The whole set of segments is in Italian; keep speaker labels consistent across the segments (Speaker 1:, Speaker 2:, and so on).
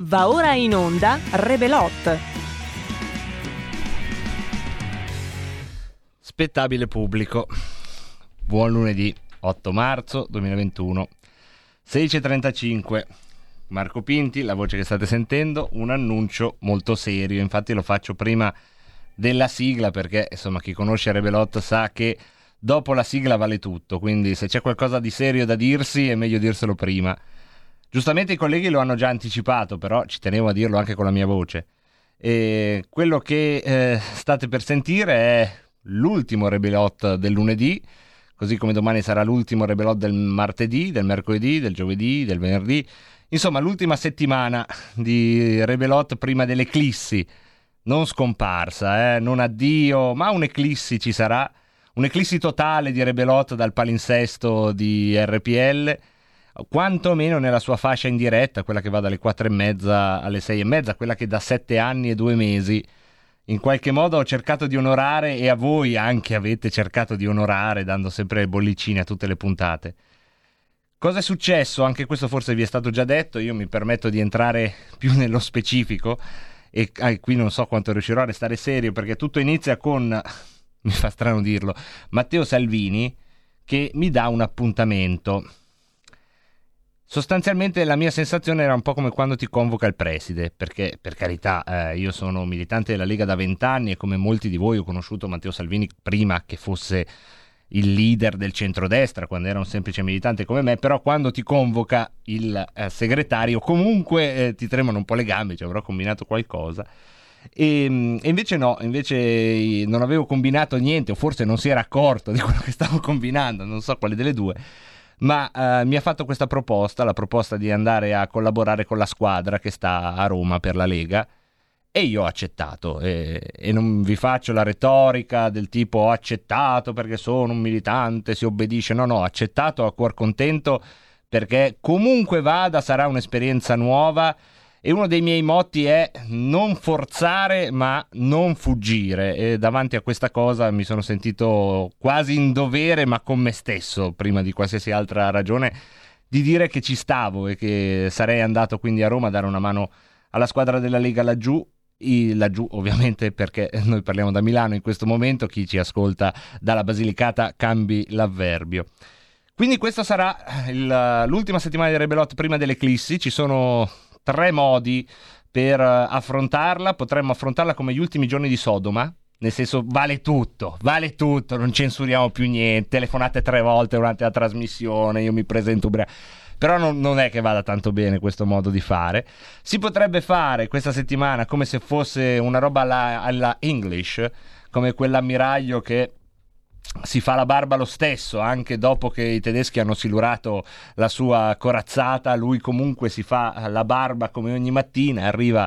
Speaker 1: Va ora in onda Rebelot.
Speaker 2: Spettabile pubblico. Buon lunedì 8 marzo 2021, 16:35. Marco Pinti, la voce che state sentendo, un annuncio molto serio. Infatti lo faccio prima della sigla perché, insomma, chi conosce Rebelot sa che dopo la sigla vale tutto. Quindi se c'è qualcosa di serio da dirsi è meglio dirselo prima. Giustamente i colleghi lo hanno già anticipato, però ci tenevo a dirlo anche con la mia voce. E quello che state per sentire è l'ultimo Rebelot del lunedì, così come domani sarà l'ultimo Rebelot del martedì, del mercoledì, del giovedì, del venerdì. Insomma, l'ultima settimana di Rebelot prima dell'eclissi, non scomparsa, non addio, ma un'eclissi ci sarà, un'eclissi totale di Rebelot dal palinsesto di RPL, quantomeno nella sua fascia in diretta, quella che va dalle 4:30 alle 6:30, quella che da 7 anni e 2 mesi in qualche modo ho cercato di onorare, e a voi anche avete cercato di onorare dando sempre bollicine a tutte le puntate. Cosa è successo? Anche questo forse vi è stato già detto, io mi permetto di entrare più nello specifico e qui non so quanto riuscirò a restare serio, perché tutto inizia con, mi fa strano dirlo, Matteo Salvini che mi dà un appuntamento. Sostanzialmente la mia sensazione era un po' come quando ti convoca il preside, perché per carità io sono militante della Lega da 20 anni e come molti di voi ho conosciuto Matteo Salvini prima che fosse il leader del centrodestra, quando era un semplice militante come me, però quando ti convoca il segretario comunque ti tremano un po' le gambe, ci avrò combinato qualcosa. E invece no, invece non avevo combinato niente, o forse non si era accorto di quello che stavo combinando, non so quale delle due. Ma mi ha fatto questa proposta, la proposta di andare a collaborare con la squadra che sta a Roma per la Lega, e io ho accettato, e non vi faccio la retorica del tipo ho accettato perché sono un militante, si obbedisce, no, ho accettato a cuor contento perché comunque vada sarà un'esperienza nuova. E uno dei miei motti è non forzare ma non fuggire, e davanti a questa cosa mi sono sentito quasi in dovere, ma con me stesso, prima di qualsiasi altra ragione, di dire che ci stavo e che sarei andato quindi a Roma a dare una mano alla squadra della Lega laggiù ovviamente, perché noi parliamo da Milano in questo momento, chi ci ascolta dalla Basilicata cambi l'avverbio. Quindi questa sarà l'ultima settimana di Rebelot prima dell'eclissi. Ci sono 3 modi per affrontarla. Potremmo affrontarla come gli ultimi giorni di Sodoma, nel senso vale tutto, non censuriamo più niente, telefonate 3 volte durante la trasmissione, io mi presento ubriaco. Però non è che vada tanto bene questo modo di fare. Si potrebbe fare questa settimana come se fosse una roba alla English, come quell'ammiraglio che si fa la barba lo stesso anche dopo che i tedeschi hanno silurato la sua corazzata, lui comunque si fa la barba come ogni mattina. Arriva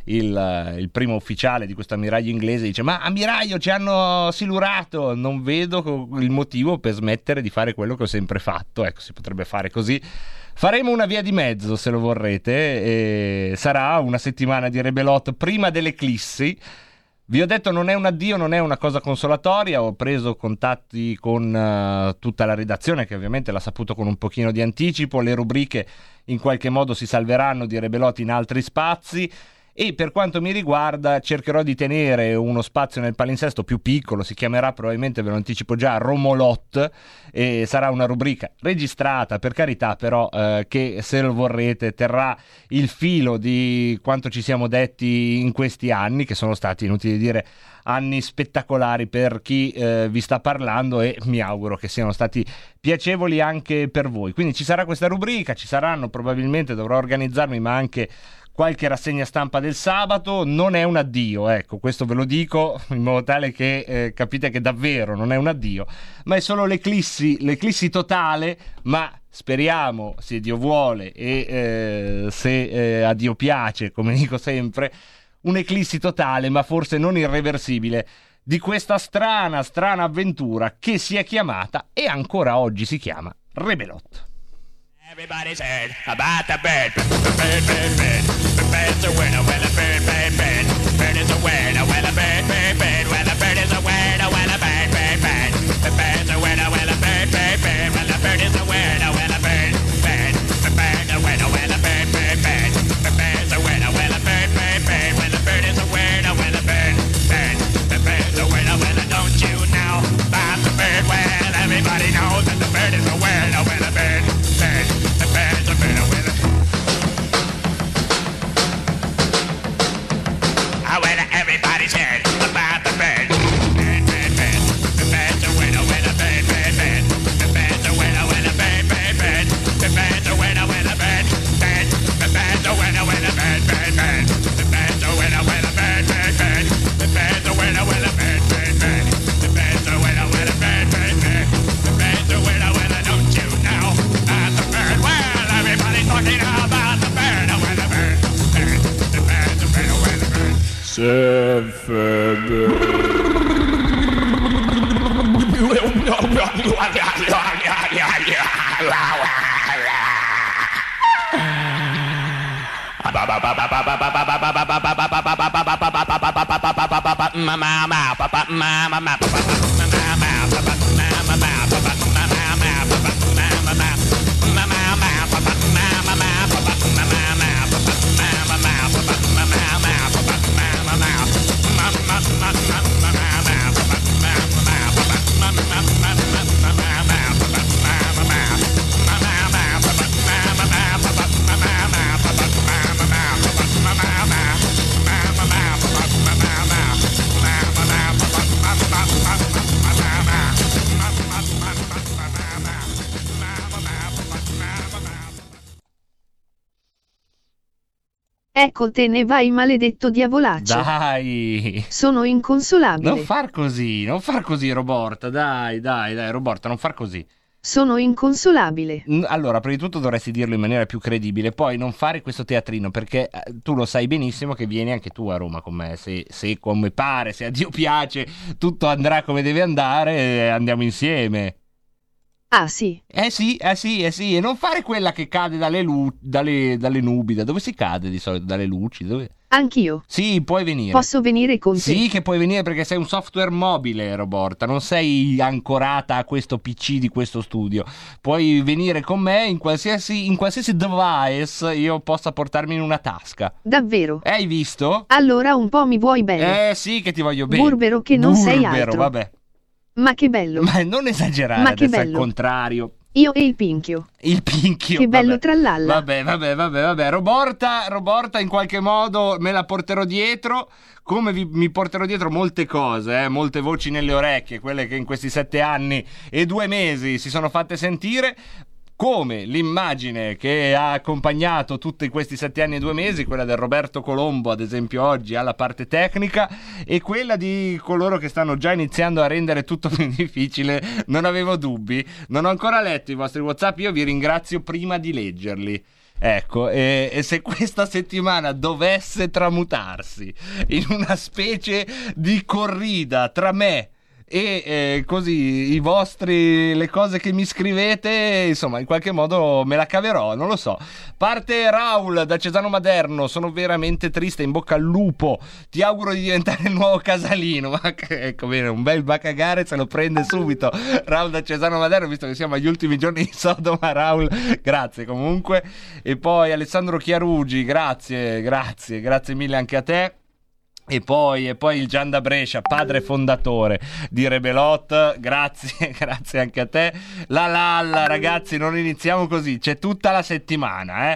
Speaker 2: il primo ufficiale di questo ammiraglio inglese e dice: ma ammiraglio, ci hanno silurato, non vedo il motivo per smettere di fare quello che ho sempre fatto. Ecco, si potrebbe fare così. Faremo una via di mezzo se lo vorrete, e sarà una settimana di Rebelot prima dell'eclissi. Vi ho detto, non è un addio, non è una cosa consolatoria. Ho preso contatti con tutta la redazione, che ovviamente l'ha saputo con un pochino di anticipo. Le rubriche in qualche modo si salveranno di Rebelot in altri spazi, e per quanto mi riguarda cercherò di tenere uno spazio nel palinsesto più piccolo. Si chiamerà probabilmente, ve lo anticipo già, Romolot, e sarà una rubrica registrata, per carità, però che, se lo vorrete, terrà il filo di quanto ci siamo detti in questi anni, che sono stati, inutili dire, anni spettacolari per chi vi sta parlando, e mi auguro che siano stati piacevoli anche per voi. Quindi ci sarà questa rubrica, ci saranno, probabilmente dovrò organizzarmi, ma anche qualche rassegna stampa del sabato. Non è un addio, ecco, questo ve lo dico in modo tale che capite che davvero non è un addio, ma è solo l'eclissi totale. Ma speriamo, se Dio vuole e se a Dio piace, come dico sempre, un'eclissi totale, ma forse non irreversibile, di questa strana avventura che si è chiamata, e ancora oggi si chiama, Rebelot.
Speaker 3: Everybody's heard about the bird. Bird, bird, bird. The bird's a winner. Well, a bird, bird, bird. Bird is a winner. Well, a bird, bird, bird. Well, a bird is a winner. Well, a bird, bird, bird. The bird's a winner. Well, a bird, bird, bird. Well, a bird is a winner. Well, a bird, bird. The bird's a winner. Well, a bird, bird, bird. The bird's a winner.
Speaker 4: Ecco te ne vai, maledetto diavolaccio.
Speaker 2: Dai!
Speaker 4: Sono inconsolabile.
Speaker 2: Non far così, Roborta, dai, Roborta, non far così.
Speaker 4: Sono inconsolabile.
Speaker 2: Allora, prima di tutto dovresti dirlo in maniera più credibile, poi non fare questo teatrino, perché tu lo sai benissimo che vieni anche tu a Roma con me, se come pare, se a Dio piace, tutto andrà come deve andare, andiamo insieme.
Speaker 4: Ah sì?
Speaker 2: Sì, e non fare quella che cade dalle nubi. Da dove si cade di solito? Dalle luci? Dove?
Speaker 4: Anch'io.
Speaker 2: Sì, puoi venire.
Speaker 4: Posso venire con te?
Speaker 2: Sì, che puoi venire perché sei un software mobile, Roborta. Non sei ancorata a questo PC di questo studio. Puoi venire con me in qualsiasi device io possa portarmi in una tasca.
Speaker 4: Davvero?
Speaker 2: Hai visto?
Speaker 4: Allora un po' mi vuoi bene.
Speaker 2: Sì, che ti voglio bene.
Speaker 4: Burbero che non sei altro.
Speaker 2: Vabbè.
Speaker 4: Ma che bello.
Speaker 2: Ma non esagerare,
Speaker 4: Ma che
Speaker 2: adesso
Speaker 4: bello.
Speaker 2: al contrario.
Speaker 4: Io e il pinchio.
Speaker 2: Il pinchio.
Speaker 4: Che bello
Speaker 2: vabbè.
Speaker 4: trallalla.
Speaker 2: Vabbè. Roborta in qualche modo me la porterò dietro, come mi porterò dietro molte cose, molte voci nelle orecchie, quelle che in questi 7 anni e 2 mesi si sono fatte sentire, come l'immagine che ha accompagnato tutti questi 7 anni e 2 mesi, quella del Roberto Colombo ad esempio oggi alla parte tecnica, e quella di coloro che stanno già iniziando a rendere tutto più difficile. Non avevo dubbi, non ho ancora letto i vostri WhatsApp, io vi ringrazio prima di leggerli. Ecco, e se questa settimana dovesse tramutarsi in una specie di corrida tra me e così le cose che mi scrivete, insomma, in qualche modo me la caverò, non lo so. Parte Raul da Cesano Maderno: sono veramente triste, in bocca al lupo, ti auguro di diventare il nuovo Casalino. Ma ecco, bene, un bel bacagare se lo prende subito Raul da Cesano Maderno, visto che siamo agli ultimi giorni di Sodoma. Raul, grazie comunque. E poi Alessandro Chiarugi, grazie mille anche a te. E poi il Gian da Brescia, padre fondatore di Rebelot, grazie anche a te. La Lalla, ragazzi, non iniziamo così, c'è tutta la settimana,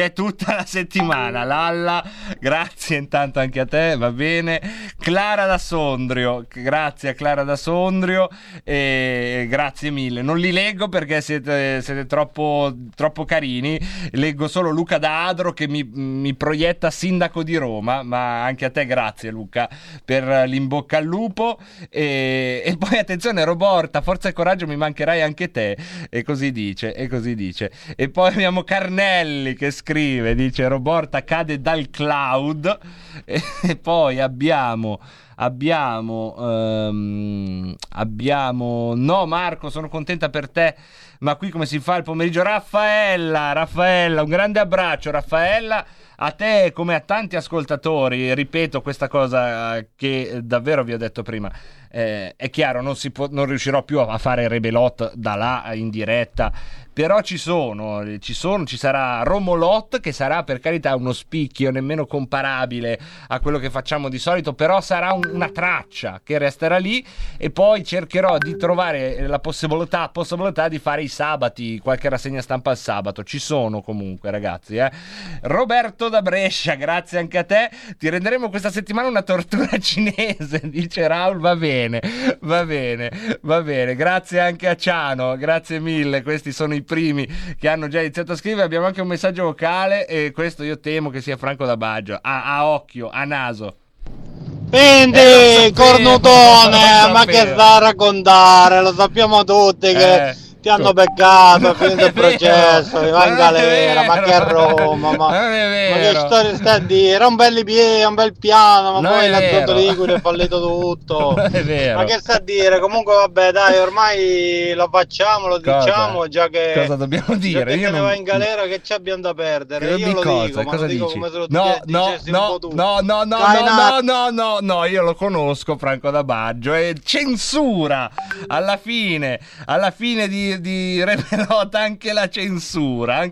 Speaker 2: Lalla, grazie intanto anche a te, va bene. Clara da Sondrio, grazie a Clara da Sondrio, e grazie mille. Non li leggo perché siete troppo carini, leggo solo Luca da Adro che mi proietta sindaco di Roma, ma anche a te grazie Luca per l'imbocca al lupo. E poi attenzione Roborta, forza e coraggio, mi mancherai anche te, e così dice. E poi abbiamo Carnelli che scrive, dice Roborta cade dal cloud. E poi abbiamo no Marco, sono contenta per te, ma qui come si fa il pomeriggio? Raffaella, un grande abbraccio Raffaella, a te come a tanti ascoltatori. Ripeto questa cosa che davvero vi ho detto prima, è chiaro, non riuscirò più a fare Rebelot da là in diretta, però ci sarà Romolot, che sarà per carità uno spicchio nemmeno comparabile a quello che facciamo di solito, però sarà una traccia che resterà lì, e poi cercherò di trovare la possibilità di fare i sabati, qualche rassegna stampa al sabato. Ci sono comunque, ragazzi. Roberto da Brescia, grazie anche a te. Ti renderemo questa settimana una tortura cinese, dice Raul. Va bene, grazie anche a Ciano, grazie mille. Questi sono i primi che hanno già iniziato a scrivere. Abbiamo anche un messaggio vocale, e questo io temo che sia Franco da Baggio, a occhio, a naso.
Speaker 5: Quindi cornutone, ma che sta a raccontare? Lo sappiamo tutti che Ti hanno beccato, è finito il processo, va in galera, ma che a Roma, ma che storia stai a dire? Era un bel piano, ma poi l'azoto Ligure è fallito tutto. È vero. Ma che sta a dire? Comunque vabbè, dai, ormai lo facciamo, lo diciamo, già che
Speaker 2: cosa dobbiamo dire?
Speaker 5: Io non... va in galera, che ci abbiamo da perdere? Io lo dico, ma lo dico come se lo dicessi un po' tu.
Speaker 2: No, io lo conosco Franco da Baggio, e censura alla fine di Rebelot, anche la censura.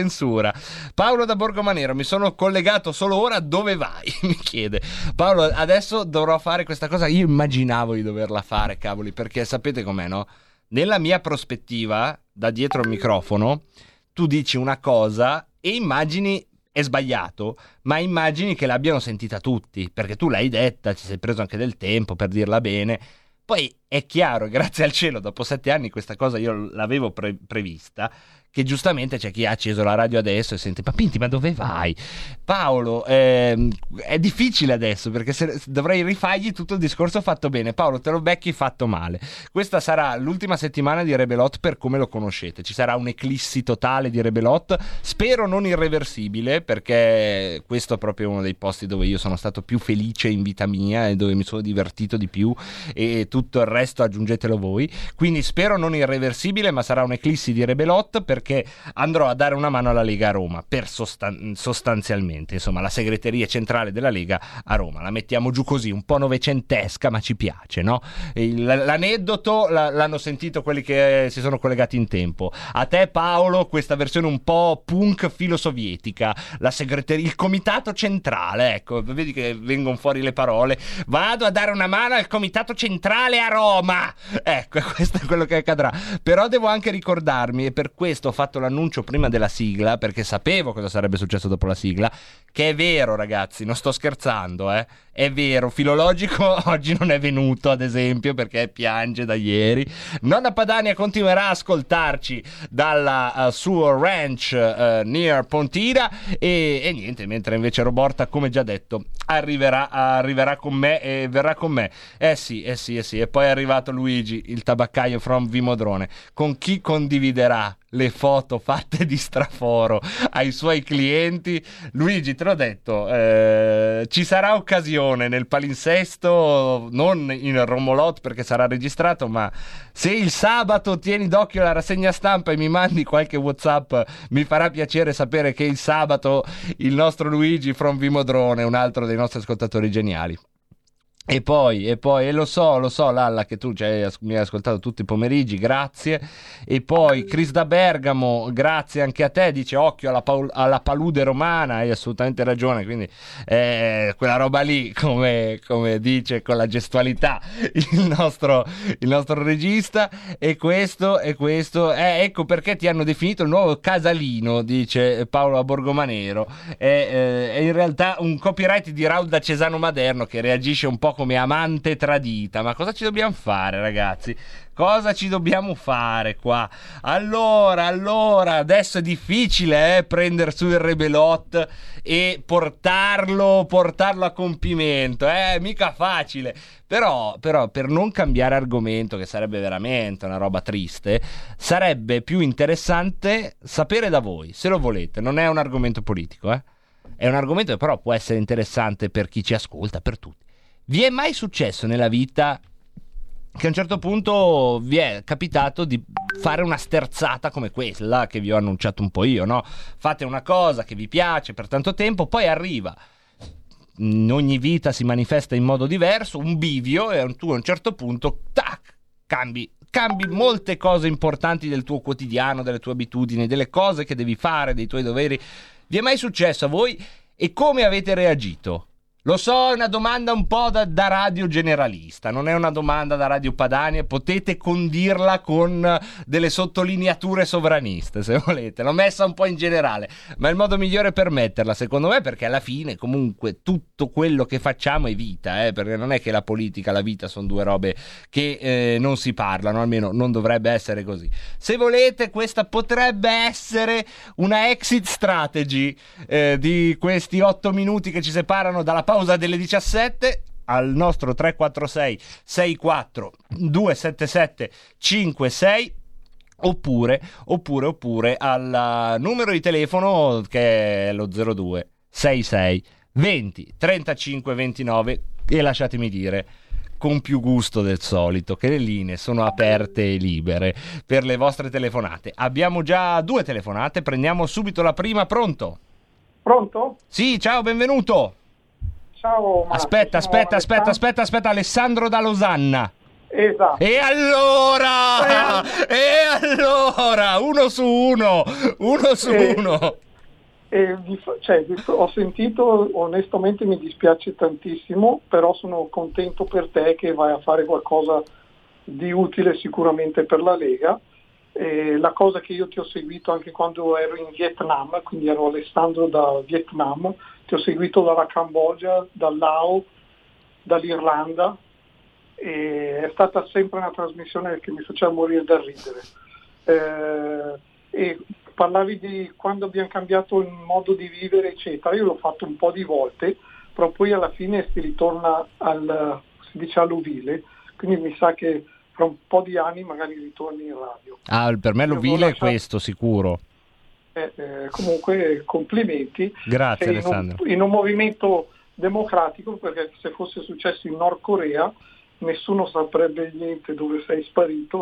Speaker 2: Paolo da Borgomanero, mi sono collegato solo ora, dove vai? Mi chiede Paolo. Adesso dovrò fare questa cosa, io immaginavo di doverla fare, cavoli, perché sapete com'è, no? Nella mia prospettiva, da dietro il microfono, tu dici una cosa e immagini, è sbagliato, ma immagini che l'abbiano sentita tutti, perché tu l'hai detta, ci sei preso anche del tempo per dirla bene. Poi è chiaro, grazie al cielo, dopo 7 anni questa cosa io l'avevo prevista, che giustamente c'è chi ha acceso la radio adesso e sente: ma Pinti, ma dove vai? Paolo, è difficile adesso, perché dovrei rifargli tutto il discorso fatto bene. Paolo, te lo becchi fatto male. Questa sarà l'ultima settimana di Rebelot per come lo conoscete. Ci sarà un'eclissi totale di Rebelot, spero non irreversibile, perché questo è proprio uno dei posti dove io sono stato più felice in vita mia e dove mi sono divertito di più, e tutto il resto aggiungetelo voi. Quindi spero non irreversibile, ma sarà un'eclissi di Rebelot, perché andrò a dare una mano alla Lega a Roma, per sostanzialmente, insomma, la segreteria centrale della Lega a Roma. La mettiamo giù così, un po' novecentesca, ma ci piace, no? L'aneddoto l'hanno sentito quelli che si sono collegati in tempo. A te, Paolo, questa versione un po' punk filosovietica, la segreteria, il comitato centrale, ecco, vedi che vengono fuori le parole. Vado a dare una mano al comitato centrale a Roma, ecco, questo è quello che accadrà. Però devo anche ricordarmi, e per questo ho fatto l'annuncio prima della sigla, perché sapevo cosa sarebbe successo dopo la sigla, che è vero, ragazzi, non sto scherzando, è vero, Filologico oggi non è venuto, ad esempio, perché piange da ieri. Nonna Padania continuerà a ascoltarci dalla suo ranch near Pontida, e niente, mentre invece Roborta, come già detto, arriverà con me e verrà con me. Sì, e poi è arrivato Luigi, il tabaccaio from Vimodrone, con chi condividerà le foto fatte di straforo ai suoi clienti. Luigi, te l'ho detto, ci sarà occasione nel palinsesto, non in Romolot perché sarà registrato, ma se il sabato tieni d'occhio la rassegna stampa e mi mandi qualche WhatsApp, mi farà piacere sapere che il sabato il nostro Luigi from Vimodrone, un altro dei nostri ascoltatori geniali. E poi lo so Lalla, che tu mi hai ascoltato tutti i pomeriggi, grazie. E poi Chris da Bergamo, grazie anche a te, dice occhio alla palude romana, hai assolutamente ragione, quindi quella roba lì, come dice con la gestualità il nostro regista. E questo ecco perché ti hanno definito il nuovo Casalino, dice Paolo a Borgomanero. È in realtà un copyright di Raul da Cesano Maderno, che reagisce un po' come amante tradita. Ma cosa ci dobbiamo fare, ragazzi? Cosa ci dobbiamo fare qua? Allora, adesso è difficile prendere su il Rebelot e portarlo a compimento, mica facile. Però per non cambiare argomento, che sarebbe veramente una roba triste, sarebbe più interessante sapere da voi, se lo volete. Non è un argomento politico, è un argomento che però può essere interessante per chi ci ascolta, per tutti. Vi è mai successo nella vita che a un certo punto vi è capitato di fare una sterzata come quella che vi ho annunciato un po' io, no? Fate una cosa che vi piace per tanto tempo, poi arriva, in ogni vita si manifesta in modo diverso, un bivio, e tu a un certo punto cambi molte cose importanti del tuo quotidiano, delle tue abitudini, delle cose che devi fare, dei tuoi doveri. Vi è mai successo a voi e come avete reagito? Lo so, è una domanda un po' da radio generalista, non è una domanda da Radio Padania, potete condirla con delle sottolineature sovraniste se volete, l'ho messa un po' in generale, ma è il modo migliore per metterla secondo me, perché alla fine comunque tutto quello che facciamo è vita, perché non è che la politica e la vita sono due robe che non si parlano, almeno non dovrebbe essere così. Se volete, questa potrebbe essere una exit strategy di questi 8 minuti che ci separano dalla pausa delle 17 al nostro 346 64 277 56. oppure al numero di telefono che è lo 02 66 20 35 29 e lasciatemi dire con più gusto del solito che le linee sono aperte e libere per le vostre telefonate. Abbiamo già 2 telefonate, prendiamo subito la prima. Pronto?
Speaker 6: Pronto?
Speaker 2: Sì, ciao, benvenuto.
Speaker 6: Ciao Marco.
Speaker 2: Aspetta, Alessandro da Losanna.
Speaker 6: Esatto.
Speaker 2: E allora, uno su uno.
Speaker 6: Ho sentito, onestamente mi dispiace tantissimo, però sono contento per te che vai a fare qualcosa di utile sicuramente per la Lega. La cosa che io ti ho seguito anche quando ero in Vietnam, quindi ero Alessandro da Vietnam, ti ho seguito dalla Cambogia, dal Laos, dall'Irlanda, e è stata sempre una trasmissione che mi faceva morire da ridere. E parlavi di quando abbiamo cambiato il modo di vivere, eccetera. Io l'ho fatto un po' di volte, però poi alla fine si ritorna si dice all'ovile, quindi mi sa che fra un po' di anni magari ritorni in radio.
Speaker 2: Per me l'ovile è questo, sicuro.
Speaker 6: Comunque complimenti.
Speaker 2: Grazie Alessandro.
Speaker 6: In un movimento democratico, perché se fosse successo in Nord Corea nessuno saprebbe niente dove sei sparito.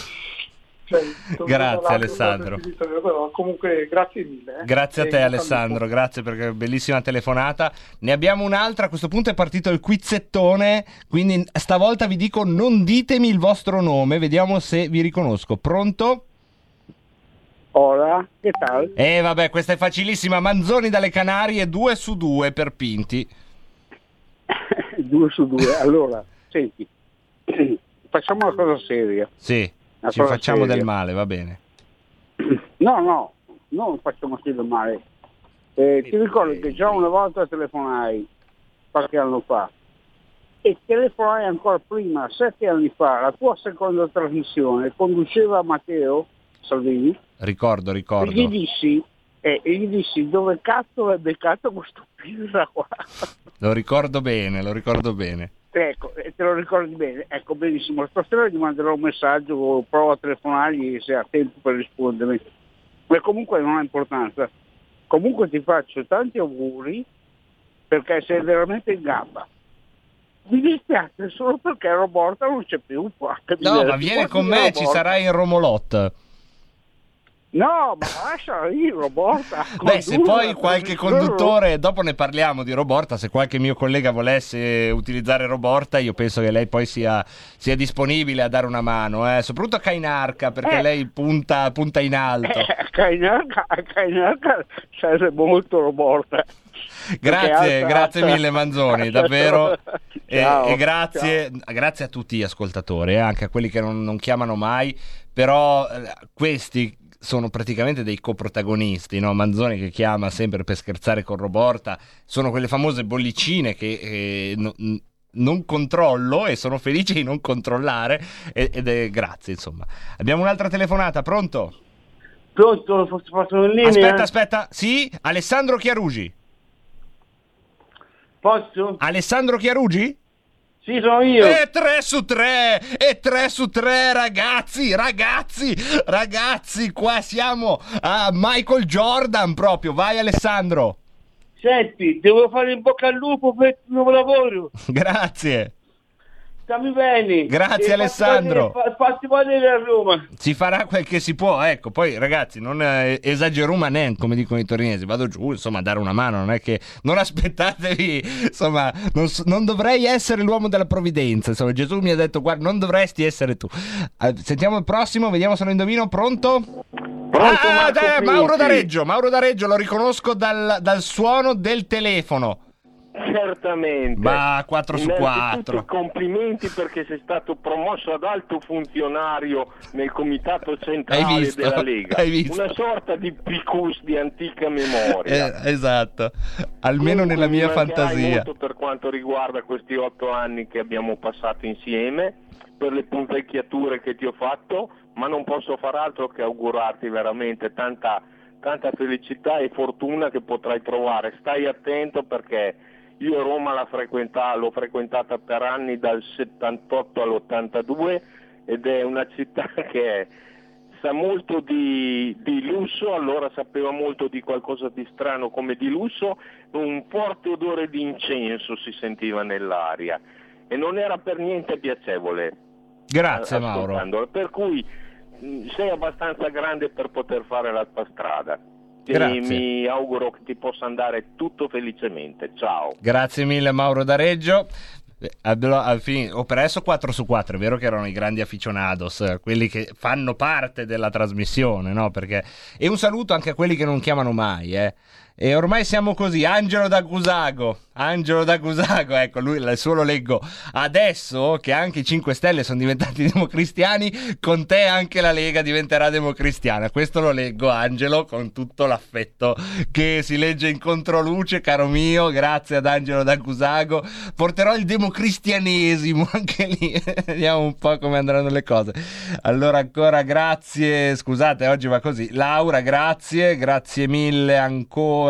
Speaker 2: Grazie Alessandro.
Speaker 6: Però comunque grazie mille.
Speaker 2: Grazie a te Alessandro, grazie per bellissima telefonata. Ne abbiamo un'altra, a questo punto è partito il quizzettone, quindi stavolta vi dico non ditemi il vostro nome, vediamo se vi riconosco. Pronto?
Speaker 7: Hola, che tal?
Speaker 2: Vabbè, questa è facilissima. Manzoni dalle Canarie, 2 su 2 per Pinti.
Speaker 7: 2 su 2, allora, senti, facciamo una cosa seria.
Speaker 2: Sì. Ci facciamo del male, va bene.
Speaker 7: No, non facciamo del male. Ti ricordo che già una volta telefonai qualche anno fa e telefonai ancora prima, 7 anni fa, la tua seconda trasmissione conduceva Matteo Salvini.
Speaker 2: Ricordo.
Speaker 7: E gli dissi dove cazzo è beccato questo pirla qua?
Speaker 2: Lo ricordo bene.
Speaker 7: Ecco, te lo ricordi bene? Ecco, benissimo. Stasera gli manderò un messaggio, provo a telefonargli se ha tempo per rispondermi. Ma comunque non ha importanza. Comunque ti faccio tanti auguri perché sei veramente in gamba. Mi dispiace solo perché Roborta non c'è più qua.
Speaker 2: No, ma vieni con me, ci sarai in Romolot.
Speaker 7: No, ma lascia lì Roborta.
Speaker 2: Beh, se poi qualche conduttore, dopo ne parliamo di Roborta, se qualche mio collega volesse utilizzare Roborta, io penso che lei poi sia disponibile a dare una mano, soprattutto a Cainarca, perché lei punta in alto.
Speaker 7: Cainarca serve molto Roborta.
Speaker 2: Grazie mille Manzoni, davvero.
Speaker 7: Ciao,
Speaker 2: e grazie a tutti gli ascoltatori, anche a quelli che non chiamano mai, però questi sono praticamente dei coprotagonisti, no? Manzoni che chiama sempre per scherzare con Roborta, sono quelle famose bollicine che non controllo e sono felice di non controllare ed è grazie, insomma. Abbiamo un'altra telefonata, pronto?
Speaker 8: Pronto, posso in linea?
Speaker 2: Aspetta, sì, Alessandro Chiarugi.
Speaker 8: Posso?
Speaker 2: Alessandro Chiarugi?
Speaker 8: Sì, sono io.
Speaker 2: E 3 su 3, ragazzi, qua siamo a Michael Jordan proprio. Vai Alessandro.
Speaker 8: Senti, devo fare in bocca al lupo per il nuovo lavoro.
Speaker 2: Grazie.
Speaker 8: Stammi bene.
Speaker 2: Grazie Alessandro.
Speaker 8: Fatti vedere a Roma.
Speaker 2: Si farà quel che si può, ecco. Poi ragazzi, non esagerumanen, come dicono i torinesi. Vado giù, insomma, a dare una mano. Non è che non aspettatevi, insomma, non dovrei essere l'uomo della provvidenza. Insomma, Gesù mi ha detto, guarda, non dovresti essere tu. Sentiamo il prossimo, vediamo se lo indovino. Pronto? Mauro D'Areggio, lo riconosco dal suono del telefono.
Speaker 9: Certamente.
Speaker 2: Ma 4 su 4.
Speaker 9: Complimenti perché sei stato promosso ad alto funzionario nel comitato centrale della Lega.
Speaker 2: Hai visto?
Speaker 9: Una sorta di picus di antica memoria.
Speaker 2: Esatto. Almeno
Speaker 9: comunque
Speaker 2: nella mia fantasia.
Speaker 9: Molto per quanto riguarda questi 8 anni che abbiamo passato insieme, per le punzecchiature che ti ho fatto, ma non posso far altro che augurarti veramente tanta felicità e fortuna che potrai trovare. Stai attento perché io Roma l'ho frequentata per anni dal 78 all'82 ed è una città che sa molto di lusso, allora sapeva molto di qualcosa di strano come di lusso, un forte odore di incenso si sentiva nell'aria e non era per niente piacevole.
Speaker 2: Grazie Mauro.
Speaker 9: Per cui sei abbastanza grande per poter fare la tua strada.
Speaker 2: Grazie.
Speaker 9: Mi auguro che ti possa andare tutto felicemente. Ciao.
Speaker 2: Grazie mille Mauro da Reggio. Ho preso 4 su 4, è vero che erano i grandi aficionados, quelli che fanno parte della trasmissione, no? Perché... E un saluto anche a quelli che non chiamano mai, E ormai siamo così. Angelo da Gusago, ecco, lui il suo lo leggo. Adesso che anche i 5 Stelle sono diventati democristiani, con te anche la Lega diventerà democristiana. Questo lo leggo, Angelo, con tutto l'affetto che si legge in controluce, caro mio. Grazie ad Angelo da Gusago. Porterò il democristianesimo anche lì. Vediamo un po' come andranno le cose. Allora ancora grazie, scusate, oggi va così. Laura, grazie mille ancora.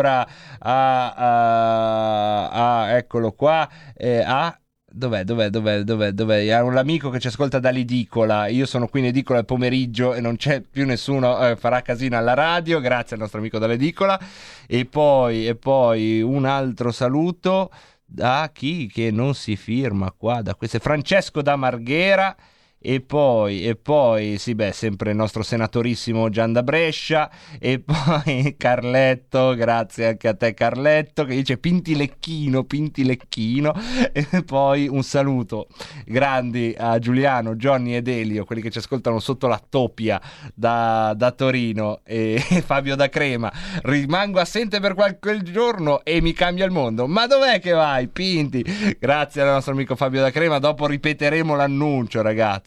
Speaker 2: Eccolo qua, dov'è? È un amico che ci ascolta dall'edicola. Io sono qui in edicola al pomeriggio e non c'è più nessuno, farà casino alla radio. Grazie al nostro amico dall'edicola. E poi un altro saluto da chi che non si firma qua, da questo è Francesco da Marghera. E poi sì, sempre il nostro senatorissimo Gian da Brescia, e poi Carletto, grazie anche a te Carletto, che dice Pintilecchino, e poi un saluto grandi a Giuliano, Johnny ed Elio, quelli che ci ascoltano sotto la Topia da Torino, e Fabio da Crema. Rimango assente per qualche giorno e mi cambia il mondo. Ma dov'è che vai, Pinti? Grazie al nostro amico Fabio da Crema. Dopo ripeteremo l'annuncio, ragazzi.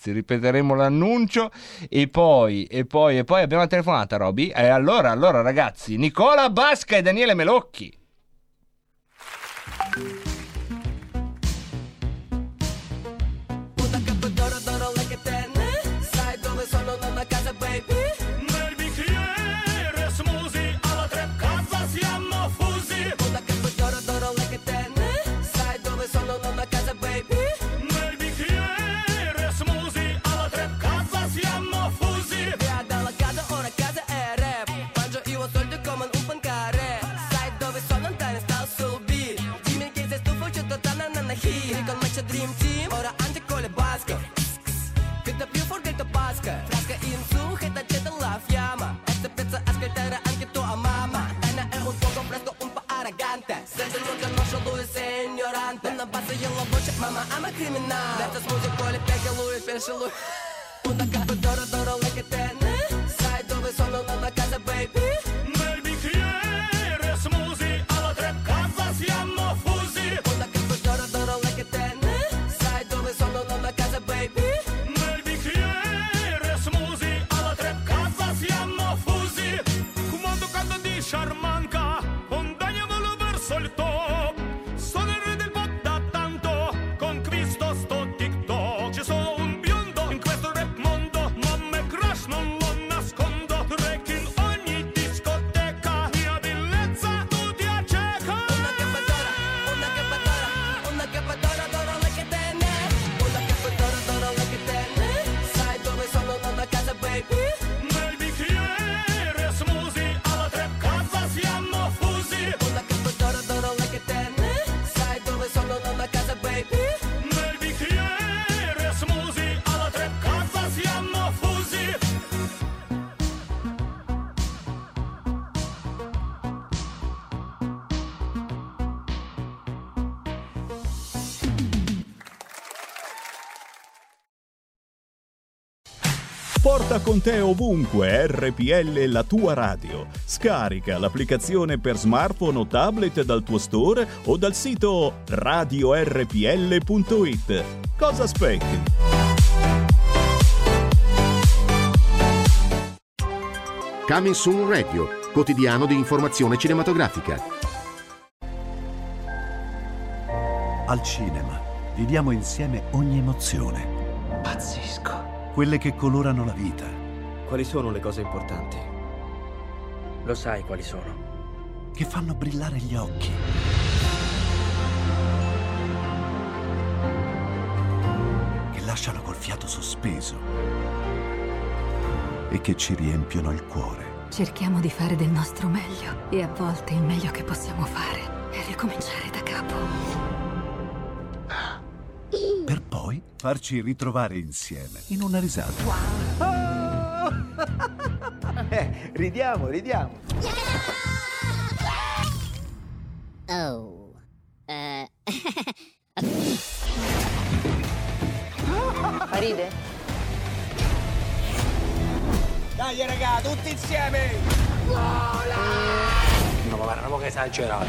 Speaker 2: E poi abbiamo la telefonata, Roby. E allora ragazzi, Nicola Basca e Daniele Melocchi.
Speaker 10: Sai dove sono, non a casa, baby. Nel bicchiere smusi, alla tre casa siamo fusi. Una capo d'oro lei che tenne. Sai dove sono, non a casa, baby. Nel bicchiere smusi, alla tre casa siamo fusi. Via dalla casa, ora casa è rap. Mangio io soldi come un pancare. Sai dove sono, andare sta sul beat. Dimmi che sei stufo, c'è tutta nanana hit. Con me c'è Dream Team, ora anche con le basche. Vita più forte che basca. Frasca in su, che accende la fiamma. E se pensa a ascoltare anche tua mamma. Dana è un fuoco fresco, un po' arrogante. Senza non conosce lui, sei ignorante. Non abbassa io la voce, mamma ama criminale. Detta smusi, poi le peghe lui, pensa lui. Una capo d'oro lei che tenne. Sai dove sono, non a casa, baby. Nel bicchiere smusi, alla tre casa siamo fusi. Una capo d'oro lei che tenne. Sai dove sono, non a casa, baby. Nel bicchiere smusi, alla tre casa siamo fusi. Comando canto di Sciarmanca, condagliamolo verso il top. Sono il re del pop da tanto, conquisto sto TikTok. Ci sono un biondo in questo rap mondo, ma me crush non lo nascondo. Rec in ogni discoteca, mia bellezza tu ti acceca. Una cappa d'oro lei che tenne. Una cappa d'oro lei che tenne. Sai dove sono, non a casa, baby. Nel bicchiere smusi, alla tre casa siamo fusi. Una cappa d'oro lei che tenne. Sai dove sono, non a casa, baby. Nel bicchiere smusi, alla tre casa siamo fusi.
Speaker 11: Porta con te ovunque RPL, la tua radio. Scarica l'applicazione per smartphone o tablet dal tuo store o dal sito radiorpl.it. Cosa aspetti?
Speaker 12: Coming Soon Radio, quotidiano di informazione cinematografica.
Speaker 13: Al cinema viviamo insieme ogni emozione.
Speaker 14: Pazzesco.
Speaker 13: Quelle che colorano la vita.
Speaker 14: Quali sono le cose importanti? Lo sai quali sono.
Speaker 13: Che fanno brillare gli occhi. Che lasciano col fiato sospeso. e che ci riempiono il cuore.
Speaker 15: Cerchiamo di fare del nostro meglio e a volte il meglio che possiamo fare è ricominciare da capo.
Speaker 13: Per poi farci ritrovare insieme in una risata.
Speaker 16: Ridiamo.
Speaker 17: Oh.
Speaker 18: Ride?
Speaker 16: Dai raga, tutti insieme! Vola!
Speaker 14: No, ma guarda, che esagerato.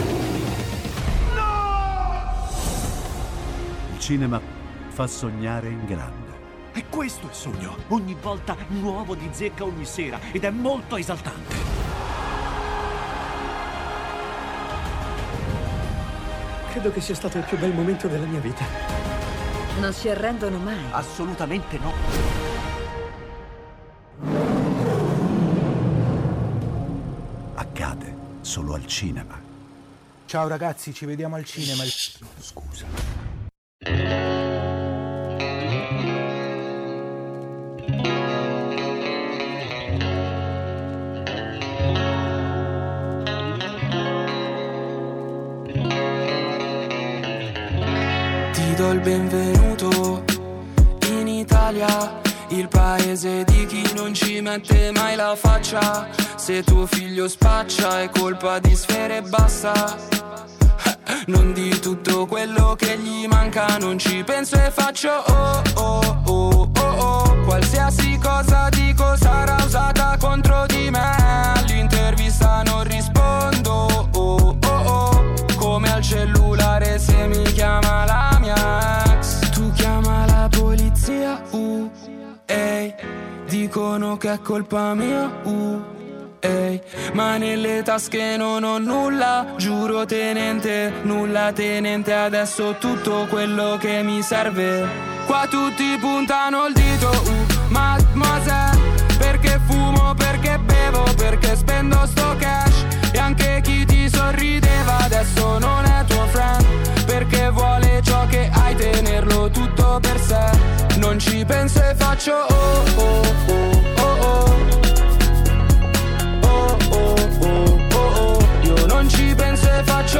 Speaker 13: Il cinema fa sognare in grande.
Speaker 19: E questo è il sogno. Ogni volta nuovo di zecca ogni sera ed è molto esaltante.
Speaker 20: Credo che sia stato il più bel momento della mia vita.
Speaker 15: Non si arrendono mai.
Speaker 19: Assolutamente no.
Speaker 13: Accade solo al cinema.
Speaker 16: Ciao ragazzi, ci vediamo al cinema. Scusa.
Speaker 21: Ti do il benvenuto in Italia, il paese di chi non ci mette mai la faccia. Se tuo figlio spaccia è colpa di Sfera Ebbasta. Non di tutto quello che gli manca, non ci penso e faccio oh. Qualsiasi cosa dico sarà usata contro di me. All'intervista non rispondo come al cellulare se mi chiama la mia ex. Tu chiama la polizia, ehi. Dicono che è colpa mia, ehi. Ma nelle tasche non ho nulla, giuro tenente, nulla tenente. Adesso tutto quello che mi serve. Qua tutti puntano il dito, mademoiselle. Perché fumo, perché bevo, perché spendo sto cash. E anche chi ti sorrideva adesso non è tuo friend. Perché vuole ciò che hai, tenerlo tutto per sé. Non ci penso e faccio oh. Io non ci penso e faccio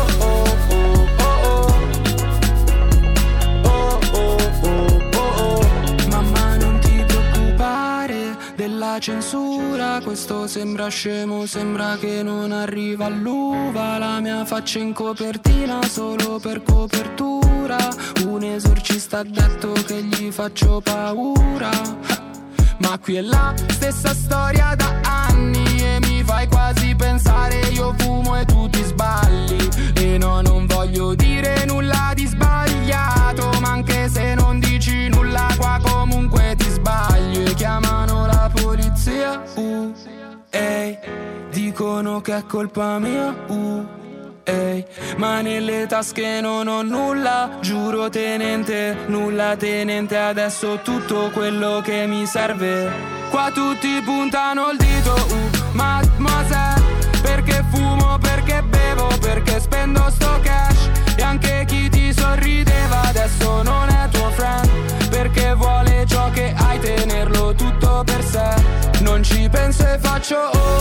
Speaker 21: Mamma non ti preoccupare della censura. Questo sembra scemo, sembra che non arriva all'uva. La mia faccia in copertina solo per copertura. Un esorcista ha detto che gli faccio paura. Ma qui è la stessa storia da anni e mi fai quasi pensare io fumo e tu ti sbagli. E no, non voglio dire nulla di sbagliato, ma anche se non dici nulla qua comunque ti sbagli. E chiamano la polizia, ehi. Dicono che è colpa mia, ehi. Ma nelle tasche non ho nulla, giuro tenente, nulla tenente. Adesso tutto quello che mi serve. Qua tutti puntano il dito, mademoiselle. Perché fumo, perché bevo, perché spendo sto cash. E anche chi ti sorrideva adesso non è tuo friend. Perché vuole ciò che hai, tenerlo tutto per sé. Non ci penso e faccio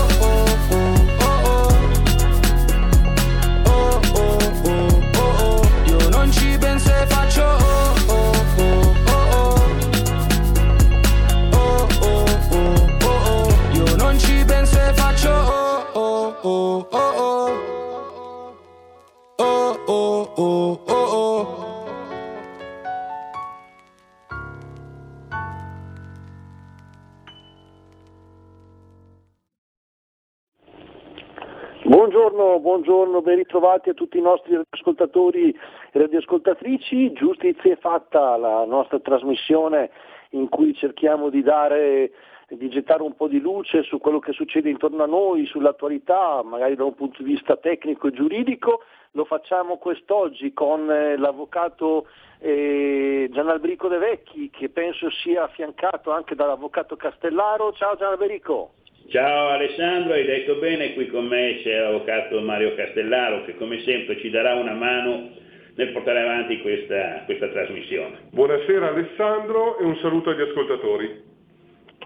Speaker 21: Io non ci penso e faccio Io non ci penso e faccio
Speaker 22: Buongiorno, ben ritrovati a tutti i nostri ascoltatori e radioascoltatrici. Giustizia è fatta, la nostra trasmissione in cui cerchiamo di gettare un po' di luce su quello che succede intorno a noi, sull'attualità, magari da un punto di vista tecnico e giuridico. Lo facciamo quest'oggi con l'avvocato Gianalberico De Vecchi, che penso sia affiancato anche dall'avvocato Castellaro. Ciao Gianalberico.
Speaker 23: Ciao Alessandro, hai detto bene, qui con me c'è l'avvocato Mario Castellaro che come sempre ci darà una mano nel portare avanti questa trasmissione.
Speaker 24: Buonasera Alessandro e un saluto agli ascoltatori.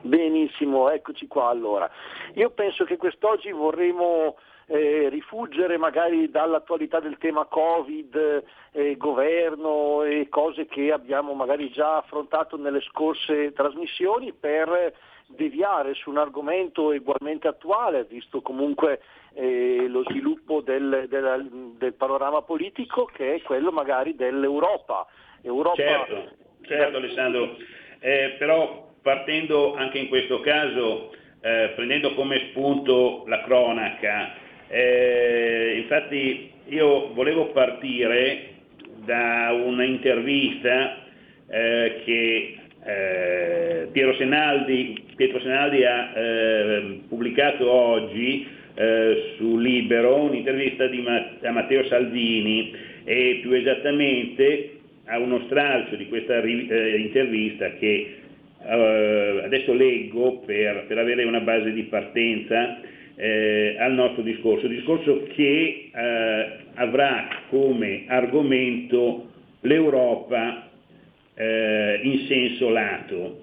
Speaker 22: Benissimo, eccoci qua allora. Io penso che quest'oggi vorremmo rifuggere magari dall'attualità del tema Covid, governo e cose che abbiamo magari già affrontato nelle scorse trasmissioni per deviare su un argomento ugualmente attuale, visto comunque lo sviluppo del panorama politico, che è quello magari dell'Europa.
Speaker 23: Certo Alessandro, però partendo anche in questo caso, prendendo come spunto la cronaca, infatti io volevo partire da un'intervista che Pietro Senaldi ha pubblicato oggi su Libero, un'intervista a Matteo Salvini, e più esattamente a uno stralcio di questa intervista che adesso leggo per avere una base di partenza al nostro discorso che avrà come argomento l'Europa in senso lato.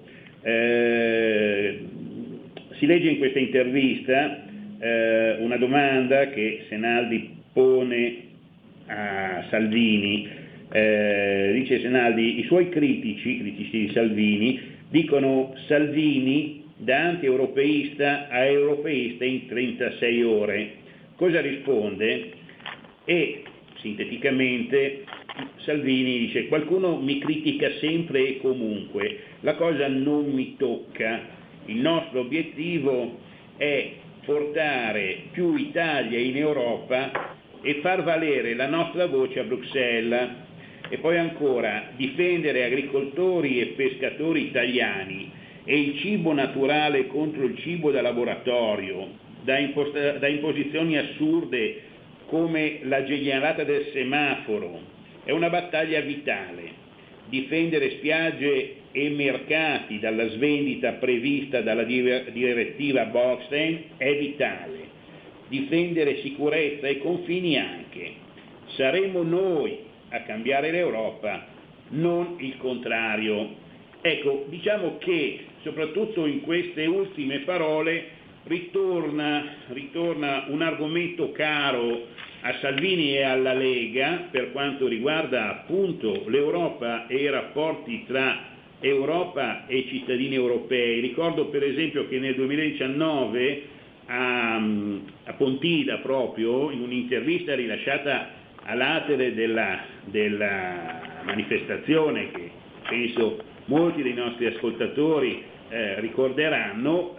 Speaker 23: Si legge in questa intervista una domanda che Senaldi pone a Salvini. Dice Senaldi: i suoi critici di Salvini dicono Salvini da anti-europeista a europeista in 36 ore. Cosa risponde? E sinteticamente Salvini dice: qualcuno mi critica sempre e comunque, la cosa non mi tocca, il nostro obiettivo è portare più Italia in Europa e far valere la nostra voce a Bruxelles. E poi ancora, difendere agricoltori e pescatori italiani e il cibo naturale contro il cibo da laboratorio, da imposizioni assurde come la genialata del semaforo, è una battaglia vitale. Difendere spiagge e mercati dalla svendita prevista dalla direttiva Bolkestein è vitale. Difendere sicurezza e confini anche. Saremo noi a cambiare l'Europa, non il contrario. Ecco, diciamo che soprattutto in queste ultime parole ritorna un argomento caro a Salvini e alla Lega per quanto riguarda appunto l'Europa e i rapporti tra Europa e cittadini europei. Ricordo per esempio che nel 2019 a Pontida, proprio in un'intervista rilasciata all'atere della manifestazione, che penso molti dei nostri ascoltatori ricorderanno,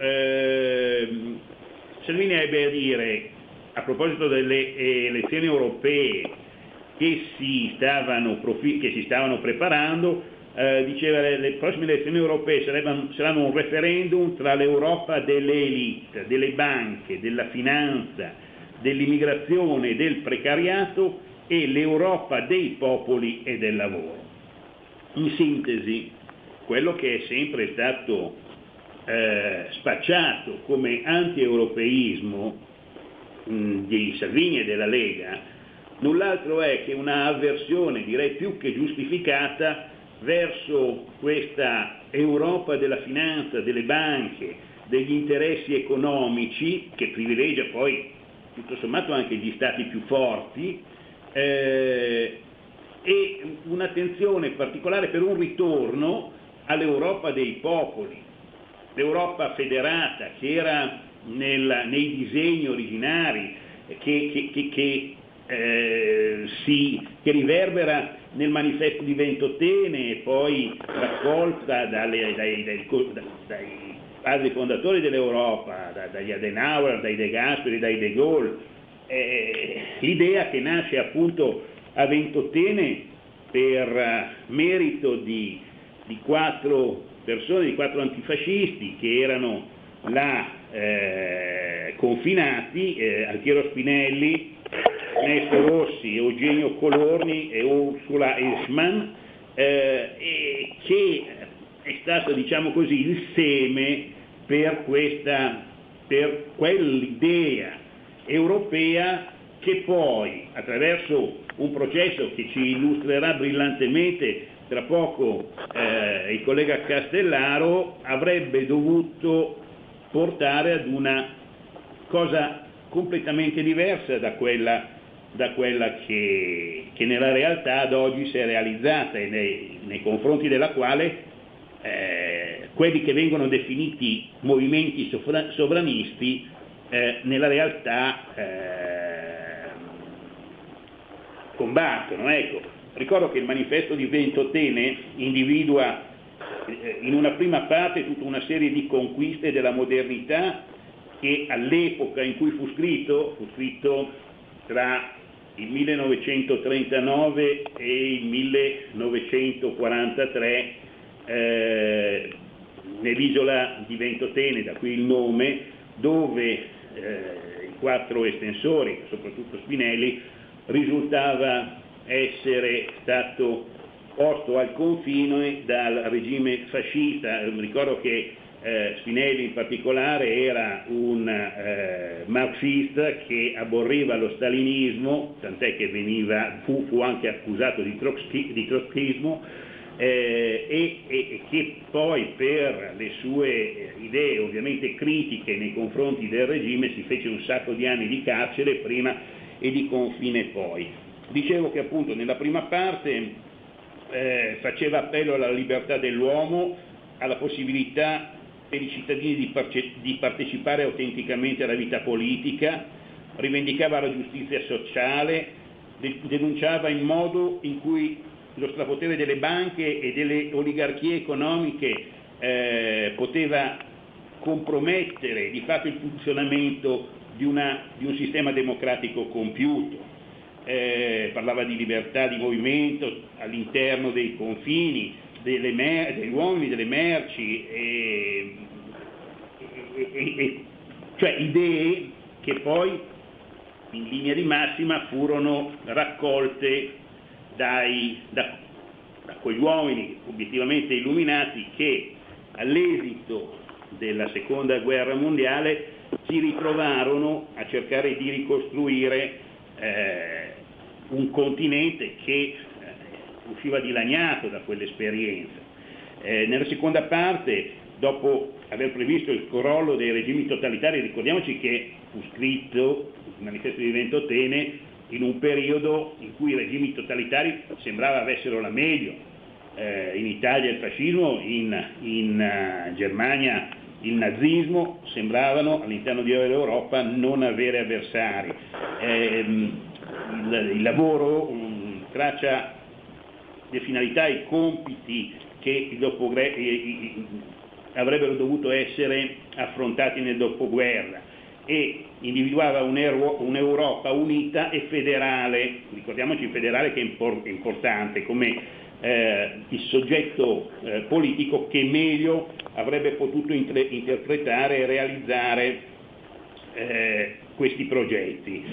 Speaker 23: Salvini ebbe a dire, a proposito delle elezioni europee che si stavano preparando, diceva: le prossime elezioni europee saranno un referendum tra l'Europa delle elite, delle banche, della finanza, dell'immigrazione, del precariato e l'Europa dei popoli e del lavoro. In sintesi, quello che è sempre stato spacciato come anti-europeismo di Salvini e della Lega null'altro è che una avversione, direi più che giustificata, verso questa Europa della finanza, delle banche, degli interessi economici, che privilegia poi tutto sommato anche gli stati più forti, e un'attenzione particolare per un ritorno all'Europa dei popoli, l'Europa federata che era nei disegni originari, che riverbera nel manifesto di Ventotene e poi raccolta dai padri fondatori dell'Europa, dagli Adenauer, dai De Gasperi, dai De Gaulle. L'idea che nasce appunto a Ventotene per merito di 4 persone, di 4 antifascisti che erano là confinati, Altiero Spinelli, Ernesto Rossi, Eugenio Colorni e Ursula Eschmann, e che è stato, diciamo così, il seme per quell'idea europea che poi, attraverso un processo che ci illustrerà brillantemente tra poco il collega Castellaro, avrebbe dovuto portare ad una cosa completamente diversa da quella che nella realtà ad oggi si è realizzata e nei confronti della quale quelli che vengono definiti movimenti sovranisti nella realtà combattono. Ecco, ricordo che il manifesto di Ventotene individua in una prima parte tutta una serie di conquiste della modernità che all'epoca in cui fu scritto tra il 1939 e il 1943 nell'isola di Ventotene, da qui il nome, dove i 4 estensori, soprattutto Spinelli, risultava essere stato posto al confine dal regime fascista. Ricordo che Spinelli in particolare era un marxista che aborriva lo stalinismo, tant'è che fu anche accusato di trotskismo, e che poi per le sue idee ovviamente critiche nei confronti del regime si fece un sacco di anni di carcere prima e di confine poi. Dicevo che appunto nella prima parte faceva appello alla libertà dell'uomo, alla possibilità per i cittadini di partecipare autenticamente alla vita politica, rivendicava la giustizia sociale, denunciava il modo in cui lo strapotere delle banche e delle oligarchie economiche poteva compromettere di fatto il funzionamento di un sistema democratico compiuto. Parlava di libertà di movimento all'interno dei confini, degli uomini, delle merci, cioè idee che poi in linea di massima furono raccolte da quegli uomini obiettivamente illuminati che all'esito della seconda guerra mondiale si ritrovarono a cercare di ricostruire un continente che usciva dilaniato da quell'esperienza. Nella seconda parte, dopo aver previsto il crollo dei regimi totalitari, ricordiamoci che fu scritto il manifesto di Ventotene in un periodo in cui i regimi totalitari sembrava avessero la meglio. In Italia il fascismo, in Germania il nazismo sembravano all'interno dell'Europa non avere avversari. Il lavoro traccia le finalità e i compiti che avrebbero dovuto essere affrontati nel dopoguerra e individuava un'Europa unita e federale. Ricordiamoci il federale che è importante come il soggetto politico che meglio avrebbe potuto interpretare e realizzare questi progetti.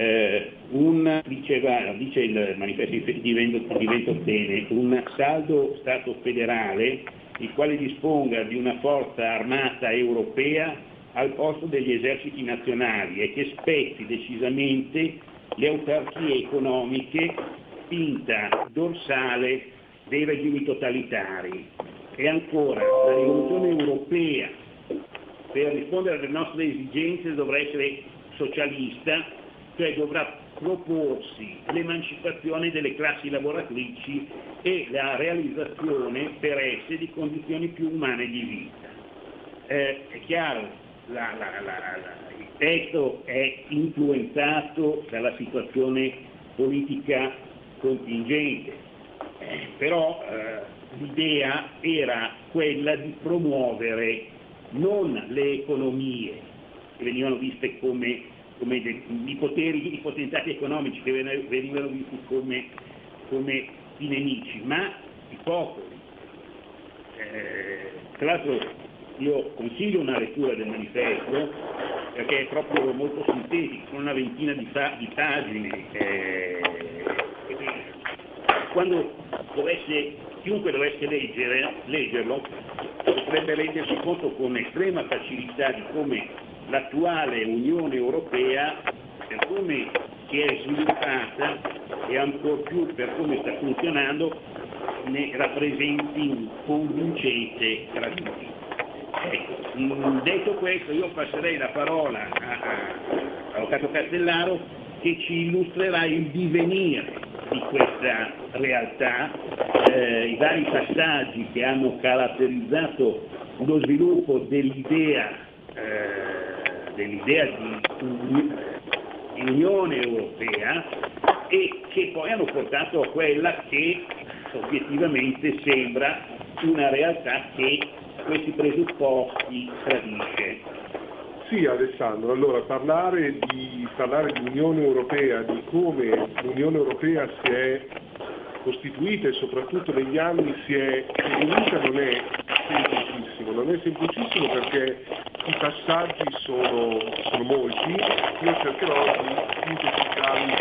Speaker 23: Dice il manifesto di Ventotene, un saldo Stato federale il quale disponga di una forza armata europea al posto degli eserciti nazionali e che spezzi decisamente le autarchie economiche, spinta dorsale dei regimi totalitari. E ancora, la rivoluzione europea per rispondere alle nostre esigenze dovrà essere socialista, cioè dovrà proporsi l'emancipazione delle classi lavoratrici e la realizzazione per esse di condizioni più umane di vita. È chiaro, il testo è influenzato dalla situazione politica contingente, però l'idea era quella di promuovere non le economie che venivano viste come i potentati economici che venivano visti come i nemici, ma i popoli. Tra l'altro io consiglio una lettura del manifesto perché è proprio molto sintetico, sono una ventina di pagine. Quando chiunque dovesse leggerlo potrebbe rendersi conto con estrema facilità di come l'attuale Unione Europea, per come si è sviluppata e ancor più per come sta funzionando, ne rappresenti un convincente gradimento. Ecco, detto questo, io passerei la parola all'avvocato Castellaro, che ci illustrerà il divenire di questa realtà, i vari passaggi che hanno caratterizzato lo sviluppo dell'idea di Unione Europea e che poi hanno portato a quella che obiettivamente sembra una realtà che questi presupposti tradisce.
Speaker 1: Sì, Alessandro, allora parlare di Unione Europea, di come l'Unione Europea si è costituita e soprattutto negli anni si è evoluta non è semplicissimo perché i passaggi sono molti. Io cercherò di sintetizzare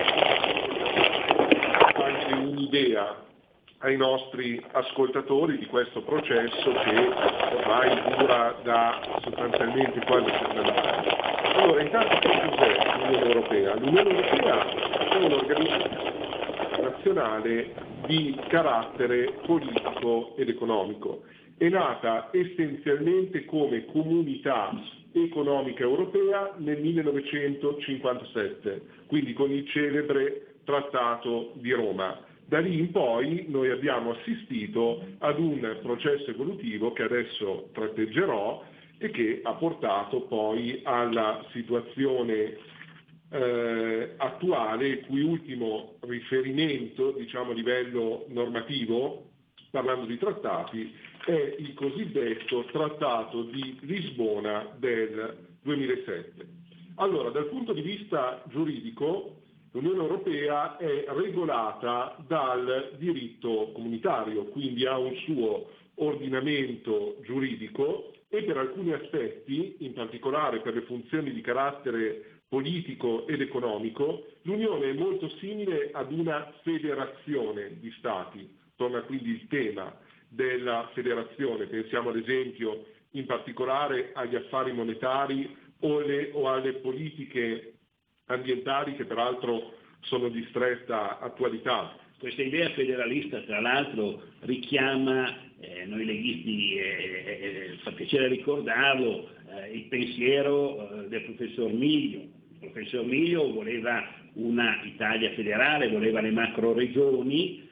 Speaker 1: anche un'idea ai nostri ascoltatori di questo processo che ormai dura da sostanzialmente quasi 70 anni. Allora, intanto che cos'è l'Unione Europea? L'Unione Europea è un'organizzazione nazionale di carattere politico ed economico. È nata essenzialmente come comunità economica europea nel 1957, quindi con il celebre Trattato di Roma. Da lì in poi noi abbiamo assistito ad un processo evolutivo che adesso tratteggerò e che ha portato poi alla situazione attuale, il cui ultimo riferimento, diciamo a livello normativo, parlando di trattati, è il cosiddetto Trattato di Lisbona del 2007. Allora, dal punto di vista giuridico, l'Unione Europea è regolata dal diritto comunitario, quindi ha un suo ordinamento giuridico e per alcuni aspetti, in particolare per le funzioni di carattere politico ed economico, l'Unione è molto simile ad una federazione di Stati. Torna quindi il tema della federazione, pensiamo ad esempio in particolare agli affari monetari o alle politiche ambientali che peraltro sono di stretta attualità.
Speaker 23: Questa idea federalista tra l'altro richiama, noi leghisti fa piacere ricordarlo, il pensiero del professor Miglio. Il professor Miglio voleva una Italia federale, voleva le macro regioni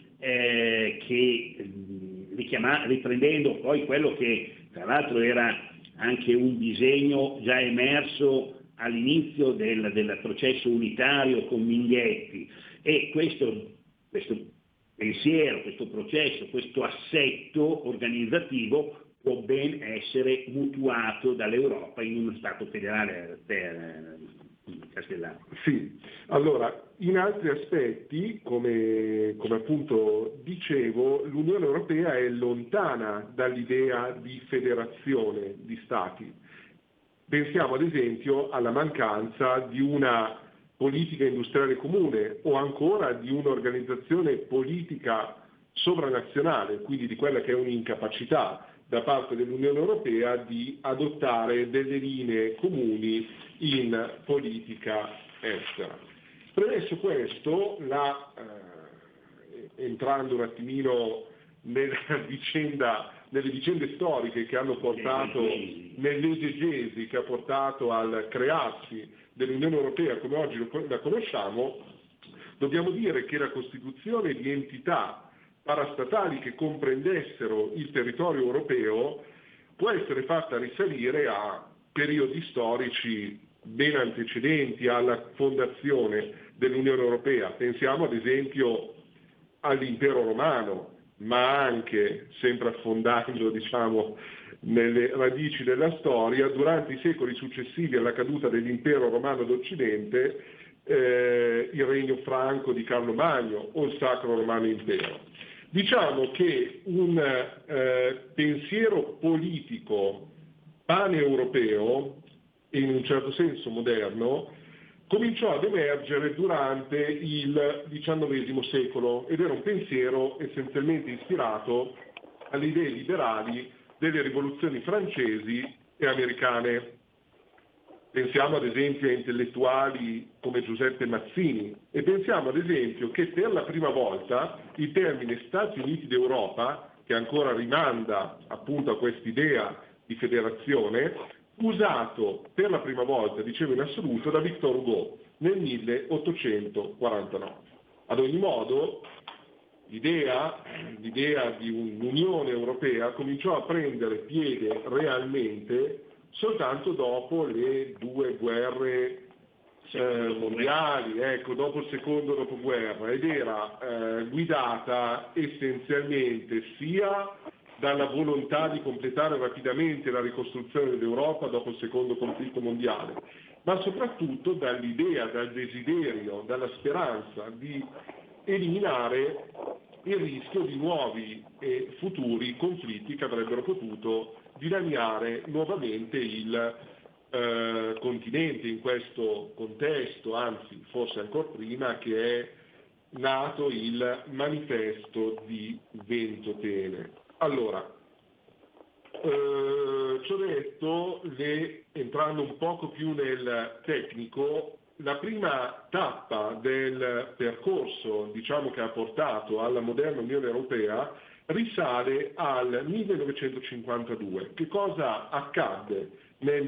Speaker 23: riprendendo poi quello che tra l'altro era anche un disegno già emerso all'inizio del processo unitario con Minghetti, e questo pensiero, questo processo, questo assetto organizzativo può ben essere mutuato dall'Europa in uno Stato federale Castellano.
Speaker 1: Sì, allora in altri aspetti, come appunto dicevo, l'Unione Europea è lontana dall'idea di federazione di Stati. Pensiamo ad esempio alla mancanza di una politica industriale comune o ancora di un'organizzazione politica sovranazionale, quindi di quella che è un'incapacità da parte dell'Unione Europea di adottare delle linee comuni in politica estera. Premesso questo, entrando un attimino nelle vicende storiche che hanno portato, nell'esegesi che ha portato al crearsi dell'Unione Europea come oggi la conosciamo, dobbiamo dire che la costituzione di entità parastatali che comprendessero il territorio europeo può essere fatta risalire a periodi storici ben antecedenti alla fondazione dell'Unione Europea. Pensiamo ad esempio all'impero romano, ma anche, sempre affondando diciamo nelle radici della storia, durante i secoli successivi alla caduta dell'impero romano d'Occidente, il regno franco di Carlo Magno o il Sacro Romano Impero. Diciamo che un pensiero politico paneuropeo, in un certo senso moderno, cominciò ad emergere durante il XIX secolo ed era un pensiero essenzialmente ispirato alle idee liberali delle rivoluzioni francesi e americane. Pensiamo ad esempio a intellettuali come Giuseppe Mazzini e pensiamo ad esempio che per la prima volta il termine Stati Uniti d'Europa, che ancora rimanda appunto a quest'idea di federazione, usato per la prima volta, dicevo in assoluto, da Victor Hugo nel 1849. Ad ogni modo, l'idea di un'Unione Europea cominciò a prendere piede realmente soltanto dopo le 2 guerre mondiali, dopo il secondo dopoguerra, ed era guidata essenzialmente sia dalla volontà di completare rapidamente la ricostruzione dell'Europa dopo il secondo conflitto mondiale, ma soprattutto dall'idea, dal desiderio, dalla speranza di eliminare il rischio di nuovi e futuri conflitti che avrebbero potuto dilaniare nuovamente il continente in questo contesto, anzi forse ancora prima, che è nato il manifesto di Ventotene. Allora, ci ho detto, entrando un poco più nel tecnico, la prima tappa del percorso, diciamo, che ha portato alla moderna Unione Europea risale al 1952. Che cosa accadde nel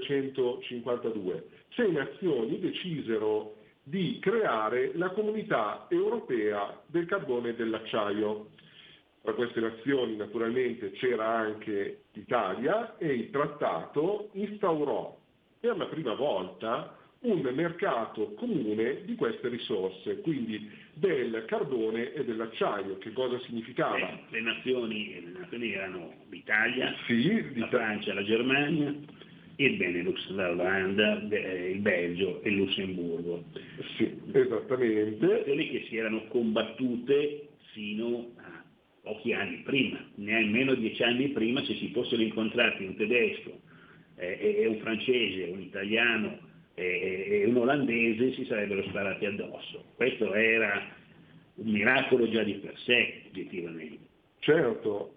Speaker 1: 1952? 6 nazioni decisero di creare la Comunità Europea del Carbone e dell'Acciaio. Tra queste nazioni naturalmente c'era anche l'Italia e il trattato instaurò per la prima volta un mercato comune di queste risorse, quindi del carbone e dell'acciaio. Che cosa significava?
Speaker 23: Le nazioni erano l'Italia,
Speaker 1: sì,
Speaker 23: la Francia, la Germania, il Benelux, l'Olanda, il Belgio e il Lussemburgo.
Speaker 1: Sì, esattamente.
Speaker 23: Nazioni che si erano combattute fino a pochi anni prima, nemmeno 10 anni prima. Se si fossero incontrati un tedesco e un francese, un italiano e un olandese, si sarebbero sparati addosso. Questo era un miracolo già di per sé, oggettivamente.
Speaker 1: Certo,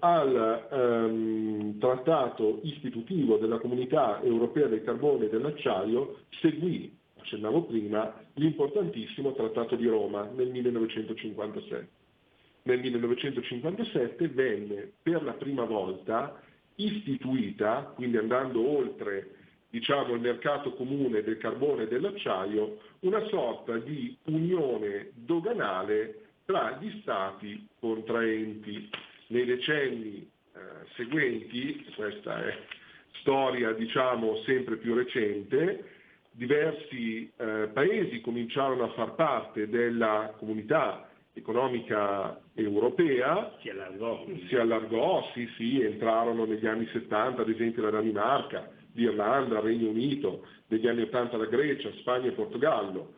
Speaker 1: al trattato istitutivo della Comunità Europea del Carbone e dell'Acciaio seguì, accennavo prima, l'importantissimo Trattato di Roma nel 1957. Nel 1957 venne per la prima volta istituita, quindi andando oltre, diciamo, il mercato comune del carbone e dell'acciaio, una sorta di unione doganale tra gli stati contraenti. Nei decenni seguenti, questa è storia, diciamo, sempre più recente, diversi paesi cominciarono a far parte della Comunità Economica Europea, si allargò, sì, entrarono negli anni 70 ad esempio la Danimarca, l'Irlanda, il Regno Unito, negli anni 80 la Grecia, Spagna e Portogallo,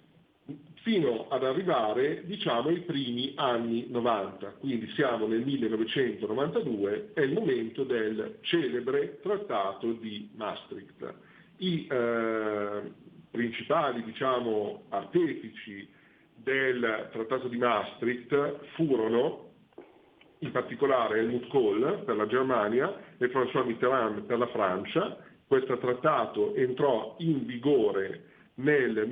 Speaker 1: fino ad arrivare, diciamo, ai primi anni 90. Quindi siamo nel 1992, è il momento del celebre Trattato di Maastricht. I principali, diciamo, artefici del Trattato di Maastricht furono in particolare Helmut Kohl per la Germania e François Mitterrand per la Francia. Questo trattato entrò in vigore nel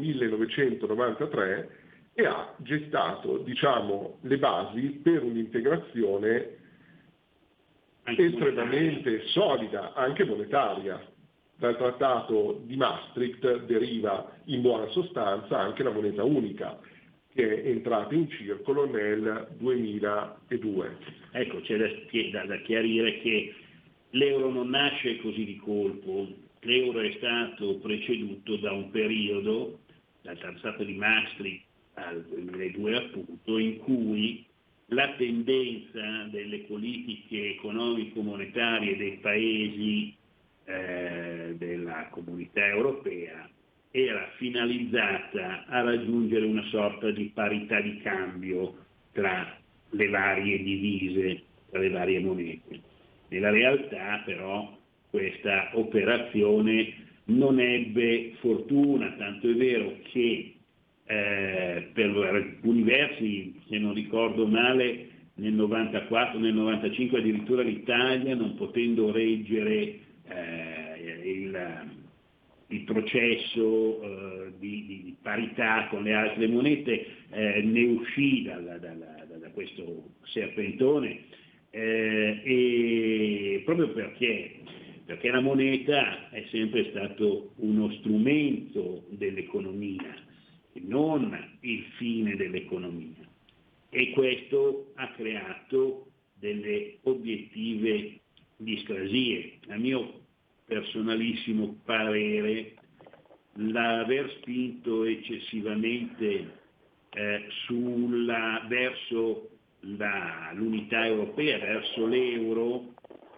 Speaker 1: 1993 e ha gettato, diciamo, le basi per un'integrazione estremamente solida, anche monetaria. Dal Trattato di Maastricht deriva in buona sostanza anche la moneta unica, che è entrata in circolo nel 2002.
Speaker 23: Ecco, c'è da chiarire che l'euro non nasce così di colpo. L'euro è stato preceduto da un periodo, dal Trattato di Maastricht al 2002 appunto, in cui la tendenza delle politiche economico-monetarie dei paesi della Comunità Europea era finalizzata a raggiungere una sorta di parità di cambio tra le varie divise, tra le varie monete. Nella realtà però questa operazione non ebbe fortuna, tanto è vero che per alcuni versi, se non ricordo male, nel 94, nel 95 addirittura l'Italia, non potendo reggere il processo di parità con le altre monete ne uscì da questo serpentone, e proprio perché la moneta è sempre stato uno strumento dell'economia, non il fine dell'economia, e questo ha creato delle obiettive discrasie. A mio personalissimo parere, l'aver spinto eccessivamente verso l'unità europea, verso l'euro,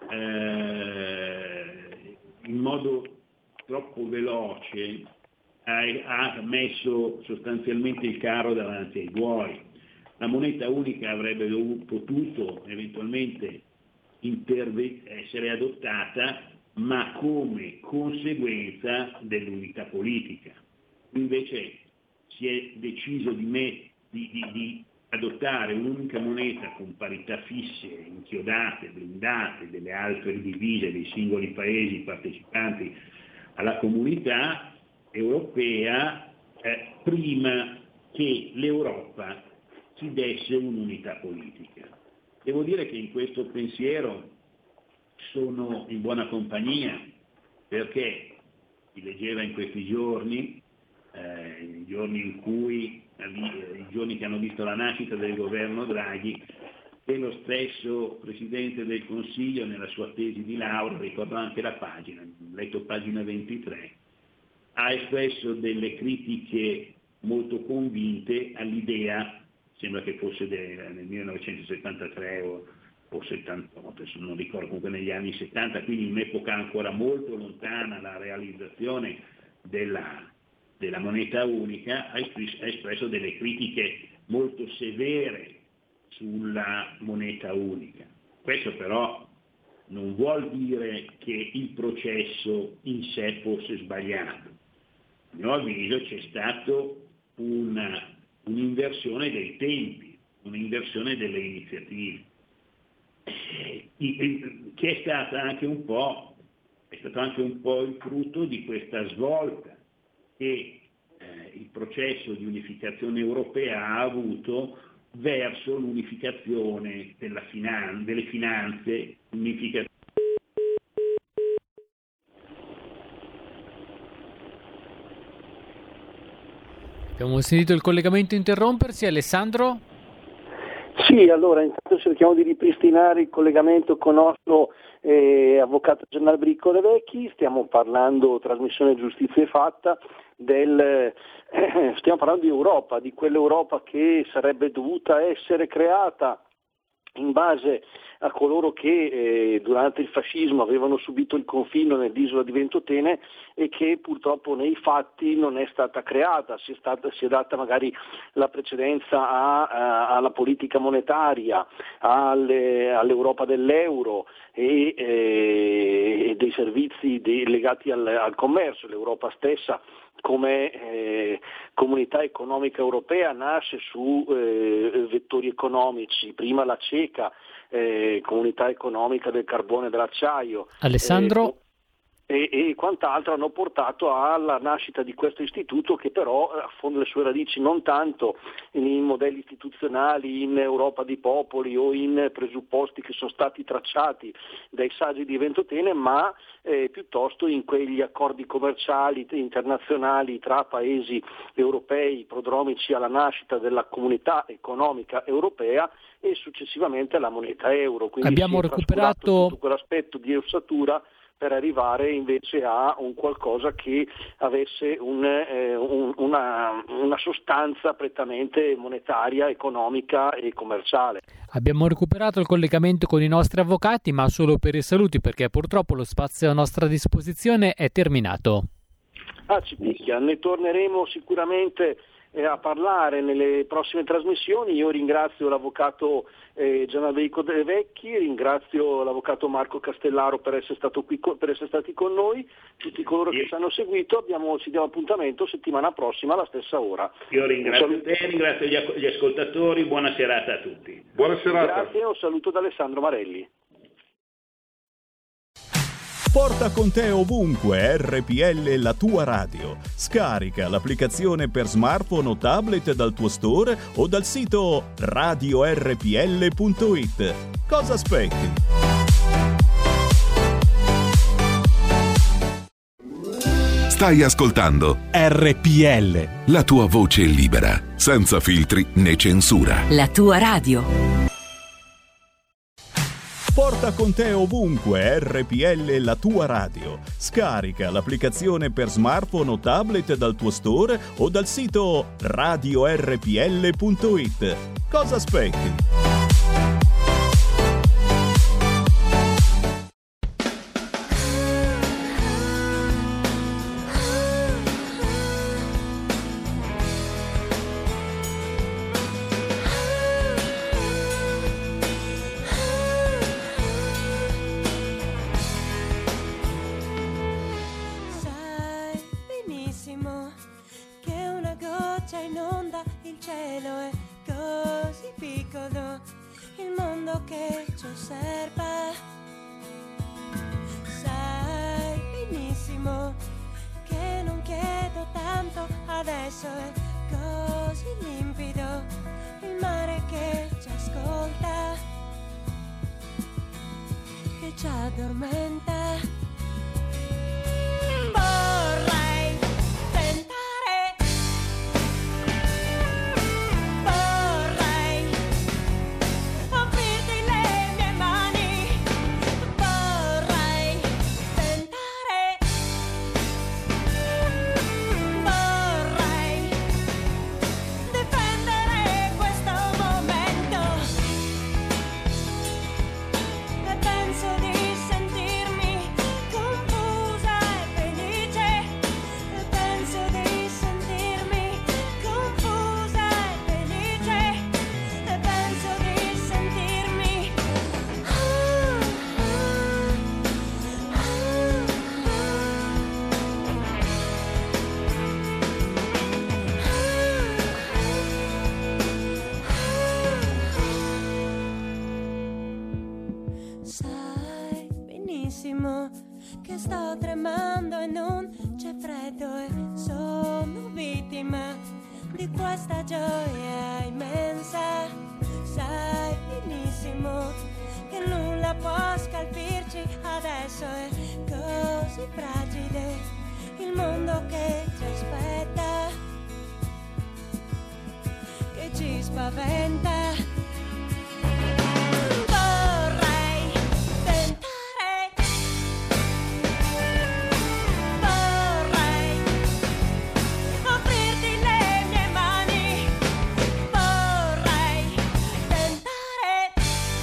Speaker 23: in modo troppo veloce, ha messo sostanzialmente il carro davanti ai buoi. La moneta unica avrebbe potuto eventualmente essere adottata, ma come conseguenza dell'unità politica. Invece si è deciso di adottare un'unica moneta con parità fisse, inchiodate, blindate, delle altre divise dei singoli paesi partecipanti alla comunità europea, prima che l'Europa si desse un'unità politica. Devo dire che in questo pensiero sono in buona compagnia, perché si leggeva in questi giorni, i giorni che hanno visto la nascita del governo Draghi, che lo stesso Presidente del Consiglio nella sua tesi di laurea, ricordo anche la pagina, ho letto pagina 23, ha espresso delle critiche molto convinte all'idea, sembra che fosse nel 1973 o 78, adesso non ricordo, comunque negli anni 70, quindi in un'epoca ancora molto lontana la realizzazione della moneta unica, ha espresso delle critiche molto severe sulla moneta unica. Questo però non vuol dire che il processo in sé fosse sbagliato. A mio avviso c'è stato un'inversione dei tempi, un'inversione delle iniziative, che è stato anche un po' il frutto di questa svolta che il processo di unificazione europea ha avuto verso l'unificazione delle finanze,
Speaker 3: Abbiamo sentito il collegamento interrompersi. Alessandro?
Speaker 22: Sì, allora intanto cerchiamo di ripristinare il collegamento con il nostro avvocato Gianalbrico De Vecchi. Stiamo parlando, trasmissione Giustizia e Fatta, stiamo parlando di Europa, di quell'Europa che sarebbe dovuta essere creata in base a coloro che durante il fascismo avevano subito il confino nell'isola di Ventotene e che purtroppo nei fatti non è stata creata, si è data magari la precedenza alla politica monetaria, all'Europa dell'euro e dei servizi legati al commercio. L'Europa stessa come comunità economica europea nasce su vettori economici, prima la CECA, comunità economica del carbone e dell'acciaio.
Speaker 3: Alessandro?
Speaker 22: E quant'altro hanno portato alla nascita di questo istituto, che però affonda le sue radici non tanto in modelli istituzionali, in Europa dei popoli o in presupposti che sono stati tracciati dai saggi di Ventotene, ma piuttosto in quegli accordi commerciali internazionali tra paesi europei prodromici alla nascita della comunità economica europea e successivamente alla moneta euro. Quindi
Speaker 3: abbiamo recuperato
Speaker 22: tutto quell'aspetto di ossatura per arrivare invece a un qualcosa che avesse una sostanza prettamente monetaria, economica e commerciale.
Speaker 3: Abbiamo recuperato il collegamento con i nostri avvocati, ma solo per i saluti, perché purtroppo lo spazio a nostra disposizione è terminato.
Speaker 22: Ci picchia, ne torneremo sicuramente a parlare nelle prossime trasmissioni. Io ringrazio l'avvocato Gianalbrico De Vecchi, ringrazio l'avvocato Marco Castellaro per essere stati con noi, tutti coloro che ci hanno seguito. Ci diamo appuntamento settimana prossima alla stessa ora.
Speaker 23: Io ringrazio te, ringrazio gli ascoltatori, buona serata a tutti.
Speaker 1: Buona serata.
Speaker 22: Grazie, un saluto da Alessandro Marelli.
Speaker 11: Porta con te ovunque RPL la tua radio. Scarica l'applicazione per smartphone o tablet dal tuo store o dal sito radiorpl.it. Cosa aspetti?
Speaker 4: Stai ascoltando RPL, la tua voce libera, senza filtri né censura.
Speaker 15: La tua radio.
Speaker 11: Porta con te ovunque RPL la tua radio. Scarica l'applicazione per smartphone o tablet dal tuo store o dal sito radiorpl.it. Cosa aspetti?
Speaker 5: inonda il cielo è così piccolo, il mondo che ci osserva. Sai benissimo che non chiedo tanto, adesso è così limpido il mare che ci ascolta, che ci addormenta. Vorrei tentare, vorrei offrirti le mie mani, vorrei tentare, vorrei difendere questo momento e penso di sentirmi confusa e felice, e penso di sentirmi confusa e felice, e penso di sentirmi Sai benissimo che sto tremando e non c'è freddo e sono vittima di questa gioia immensa. Sai benissimo che nulla può scalfirci, adesso è così fragile il mondo che ci aspetta, che ci spaventa. Vorrei tentare, vorrei offrirti le mie mani, vorrei tentare,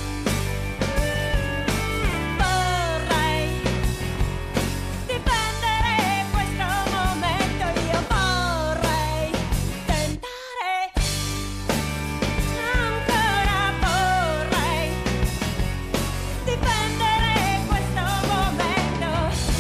Speaker 5: vorrei difendere questo momento. Io vorrei tentare, ancora vorrei difendere questo momento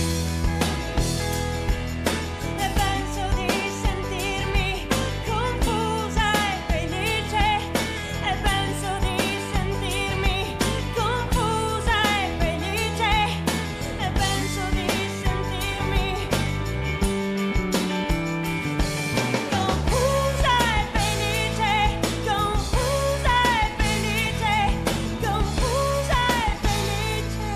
Speaker 5: e penso di sentirmi confusa e felice, e penso di sentirmi confusa e felice, e penso di sentirmi confusa e felice, confusa e felice, confusa e felice.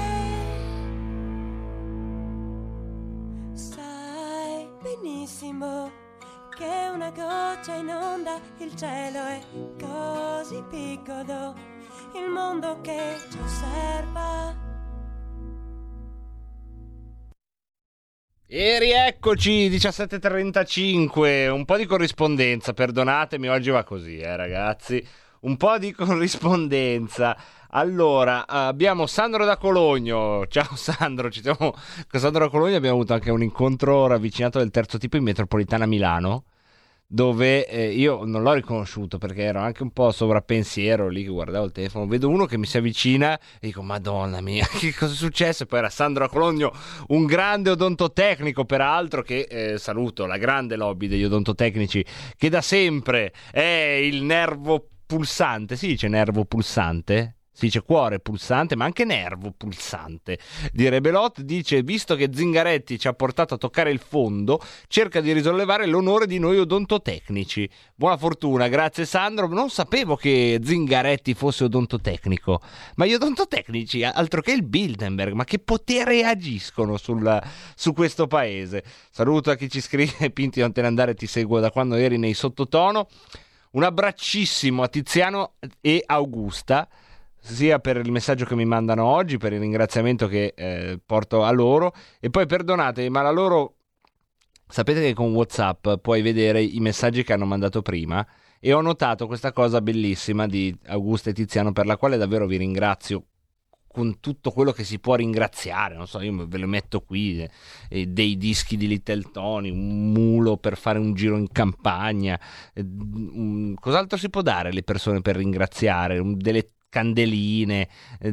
Speaker 5: Sai benissimo che una goccia inonda il cielo è così piccolo, il mondo che ci osserva.
Speaker 2: E rieccoci, 17:35, un po' di corrispondenza, perdonatemi, oggi va così, ragazzi, un po' di corrispondenza. Allora, abbiamo Sandro da Cologno, ciao Sandro, con Sandro da Cologno abbiamo avuto anche un incontro ravvicinato del terzo tipo in metropolitana Milano, dove io non l'ho riconosciuto perché ero anche un po' sovrappensiero lì che guardavo il telefono, vedo uno che mi si avvicina e dico madonna mia, che cosa è successo? E poi era Sandro da Cologno, un grande odontotecnico peraltro, che saluto, la grande lobby degli odontotecnici, che da sempre è il nervo pulsante, si dice nervo pulsante? si dice cuore pulsante, ma anche nervo pulsante di Rebelot. Dice: visto che Zingaretti ci ha portato a toccare il fondo, cerca di risollevare l'onore di noi odontotecnici. Buona fortuna, grazie Sandro. Non sapevo che Zingaretti fosse odontotecnico, ma gli odontotecnici, altro che il Bilderberg, ma che potere agiscono su questo paese. Saluto a chi ci scrive: Pinti, non te ne andare, ti seguo da quando eri nei Sottotono. Un abbraccissimo a Tiziano e Augusta, sia per il messaggio che mi mandano oggi, per il ringraziamento che porto a loro, e poi perdonate, ma la loro, sapete che con WhatsApp puoi vedere i messaggi che hanno mandato prima, e ho notato questa cosa bellissima di Augusta e Tiziano, per la quale davvero vi ringrazio con tutto quello che si può ringraziare. Non so, io ve lo metto qui, dei dischi di Little Tony, un mulo per fare un giro in campagna, cos'altro si può dare alle persone per ringraziare? Delle candeline,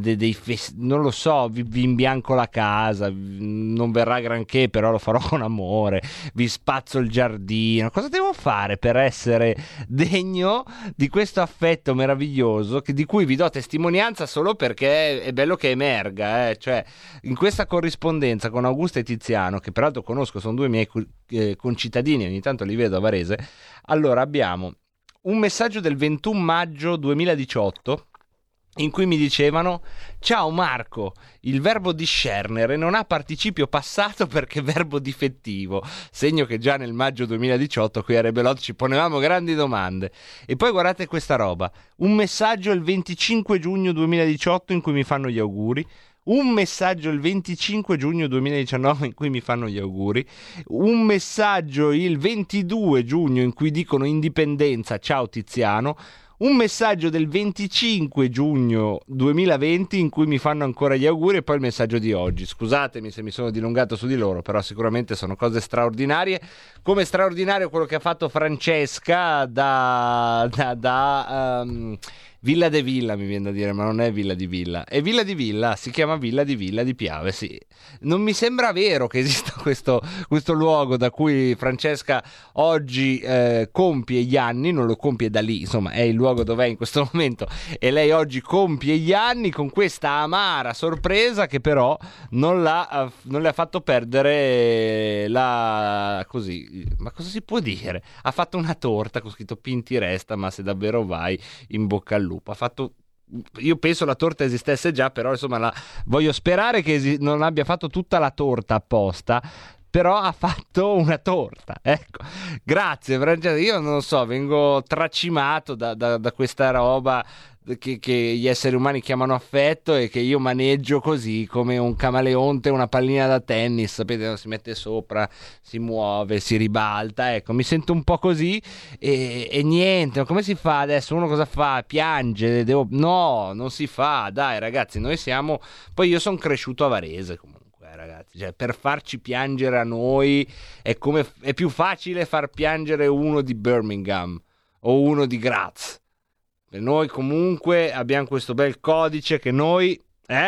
Speaker 2: non lo so, vi imbianco la casa, non verrà granché, però lo farò con amore, vi spazzo il giardino. Cosa devo fare per essere degno di questo affetto meraviglioso di cui vi do testimonianza solo perché è bello che emerga, cioè in questa corrispondenza con Augusta e Tiziano, che peraltro conosco, sono due miei concittadini, ogni tanto li vedo a Varese. Allora abbiamo un messaggio del 21 maggio 2018 in cui mi dicevano: ciao Marco, il verbo discernere non ha participio passato perché verbo difettivo, segno che già nel maggio 2018 qui a Rebelot ci ponevamo grandi domande. E poi guardate questa roba, un messaggio il 25 giugno 2018 in cui mi fanno gli auguri, un messaggio il 25 giugno 2019 in cui mi fanno gli auguri, un messaggio il 22 giugno in cui dicono indipendenza, ciao Tiziano, un messaggio del 25 giugno 2020 in cui mi fanno ancora gli auguri, e poi il messaggio di oggi. Scusatemi se mi sono dilungato su di loro, però sicuramente sono cose straordinarie, come straordinario quello che ha fatto Francesca da Villa de Villa, mi viene da dire, ma non è Villa di Villa, è Villa di Villa, si chiama Villa di Piave, sì. Non mi sembra vero che esista questo luogo da cui Francesca oggi compie gli anni, non lo compie da lì, insomma è il luogo dove è in questo momento, e lei oggi compie gli anni con questa amara sorpresa che però non le ha fatto perdere così, ma cosa si può dire? Ha fatto una torta con scritto Pinti resta, ma se davvero vai in bocca al lupo. Ha fatto, io penso la torta esistesse già, però insomma voglio sperare che non abbia fatto tutta la torta apposta, però ha fatto una torta, ecco. Grazie Francesca, io non so, vengo tracimato da questa roba che gli esseri umani chiamano affetto e che io maneggio così come un camaleonte, una pallina da tennis, sapete, si mette sopra, si muove, si ribalta, ecco, mi sento un po' così e niente. Come si fa adesso? Uno cosa fa? Piange? No, non si fa, dai ragazzi, noi siamo, poi io sono cresciuto a Varese comunque, ragazzi, cioè per farci piangere a noi è più facile far piangere uno di Birmingham o uno di Graz. E noi comunque abbiamo questo bel codice che noi,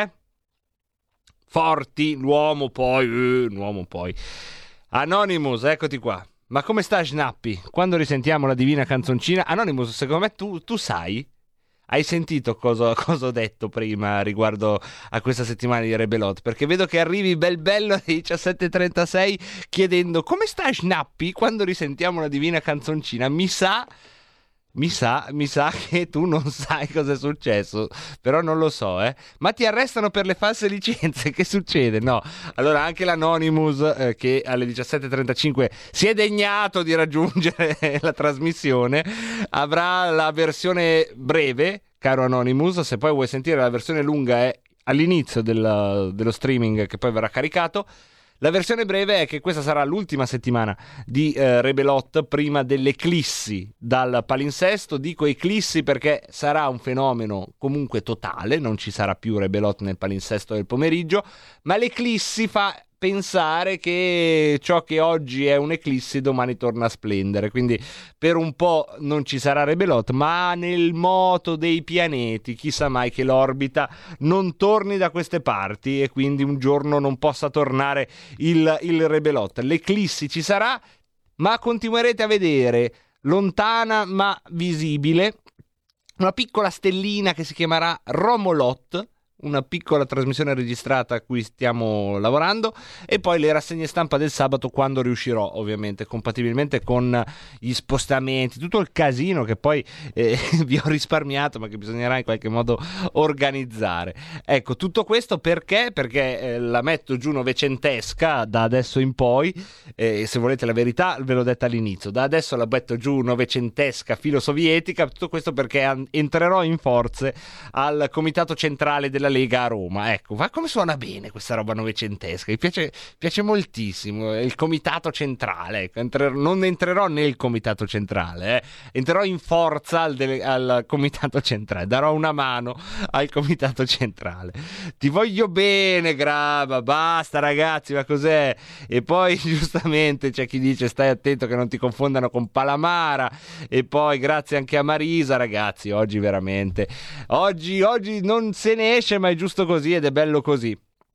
Speaker 2: forti, l'uomo poi. Anonymous, eccoti qua. Ma come sta Schnappi? Quando risentiamo la divina canzoncina? Anonymous, secondo me tu sai? Hai sentito cosa ho detto prima riguardo a questa settimana di Rebelot? Perché vedo che arrivi bello alle 17:36 chiedendo come sta Schnappi quando risentiamo la divina canzoncina. Mi sa che tu non sai cosa è successo, però non lo so, ma ti arrestano per le false licenze, che succede? No, allora anche l'Anonymous che alle 17:35 si è degnato di raggiungere la trasmissione avrà la versione breve, caro Anonymous. Se poi vuoi sentire la versione lunga è all'inizio dello streaming che poi verrà caricato. La versione breve è che questa sarà l'ultima settimana di Rebelot prima dell'eclissi dal palinsesto. Dico eclissi perché sarà un fenomeno comunque totale, non ci sarà più Rebelot nel palinsesto del pomeriggio, ma l'eclissi fa pensare che ciò che oggi è un'eclissi domani torna a splendere, quindi per un po' non ci sarà Rebelot, ma nel moto dei pianeti chissà mai che l'orbita non torni da queste parti e quindi un giorno non possa tornare il Rebelot. L'eclissi ci sarà, ma continuerete a vedere lontana ma visibile una piccola stellina che si chiamerà Romolot, una piccola trasmissione registrata a cui stiamo lavorando, e poi le rassegne stampa del sabato quando riuscirò, ovviamente compatibilmente con gli spostamenti, tutto il casino che poi vi ho risparmiato ma che bisognerà in qualche modo organizzare. Ecco, tutto questo perché la metto giù novecentesca da adesso in poi, se volete la verità ve l'ho detta all'inizio, da adesso la metto giù novecentesca filo sovietica, tutto questo perché entrerò in forze al comitato centrale della Lega a Roma. Ecco, ma come suona bene questa roba novecentesca, mi piace moltissimo, il comitato centrale, ecco, non entrerò nel comitato centrale, entrerò in forza al comitato centrale, darò una mano al comitato centrale. Ti voglio bene, Graba, basta ragazzi, ma cos'è? E poi giustamente c'è chi dice stai attento che non ti confondano con Palamara, e poi grazie anche a Marisa. Ragazzi, oggi veramente oggi non se ne esce, ma è giusto così ed è bello così.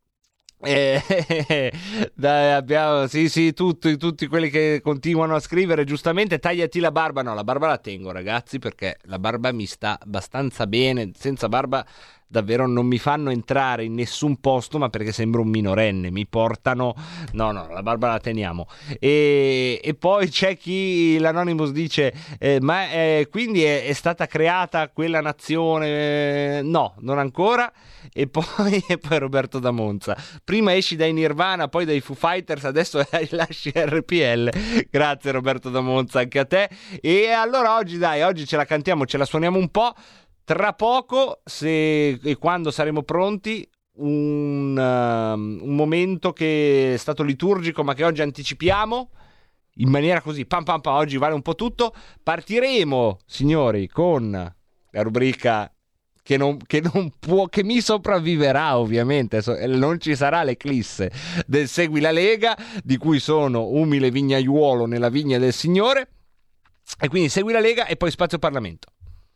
Speaker 2: Dai, abbiamo tutti quelli che continuano a scrivere giustamente tagliati la barba. No, la barba la tengo ragazzi, perché la barba mi sta abbastanza bene, senza barba davvero non mi fanno entrare in nessun posto, ma perché sembro un minorenne, mi portano, no, la barba la teniamo. E poi c'è chi, l'Anonymous dice quindi è stata creata quella nazione? No, non ancora. E poi Roberto da Monza, prima esci dai Nirvana, poi dai Foo Fighters, adesso lasci RPL. Grazie Roberto da Monza, anche a te. E allora oggi ce la cantiamo, ce la suoniamo un po'. Tra poco, se e quando saremo pronti, un momento che è stato liturgico ma che oggi anticipiamo in maniera così pam pam pam. Oggi vale un po' tutto. Partiremo, signori, con la rubrica che mi sopravviverà, ovviamente. Non ci sarà l'eclisse del Segui la Lega, di cui sono umile vignaiuolo nella vigna del Signore, e quindi Segui la Lega e poi Spazio Parlamento.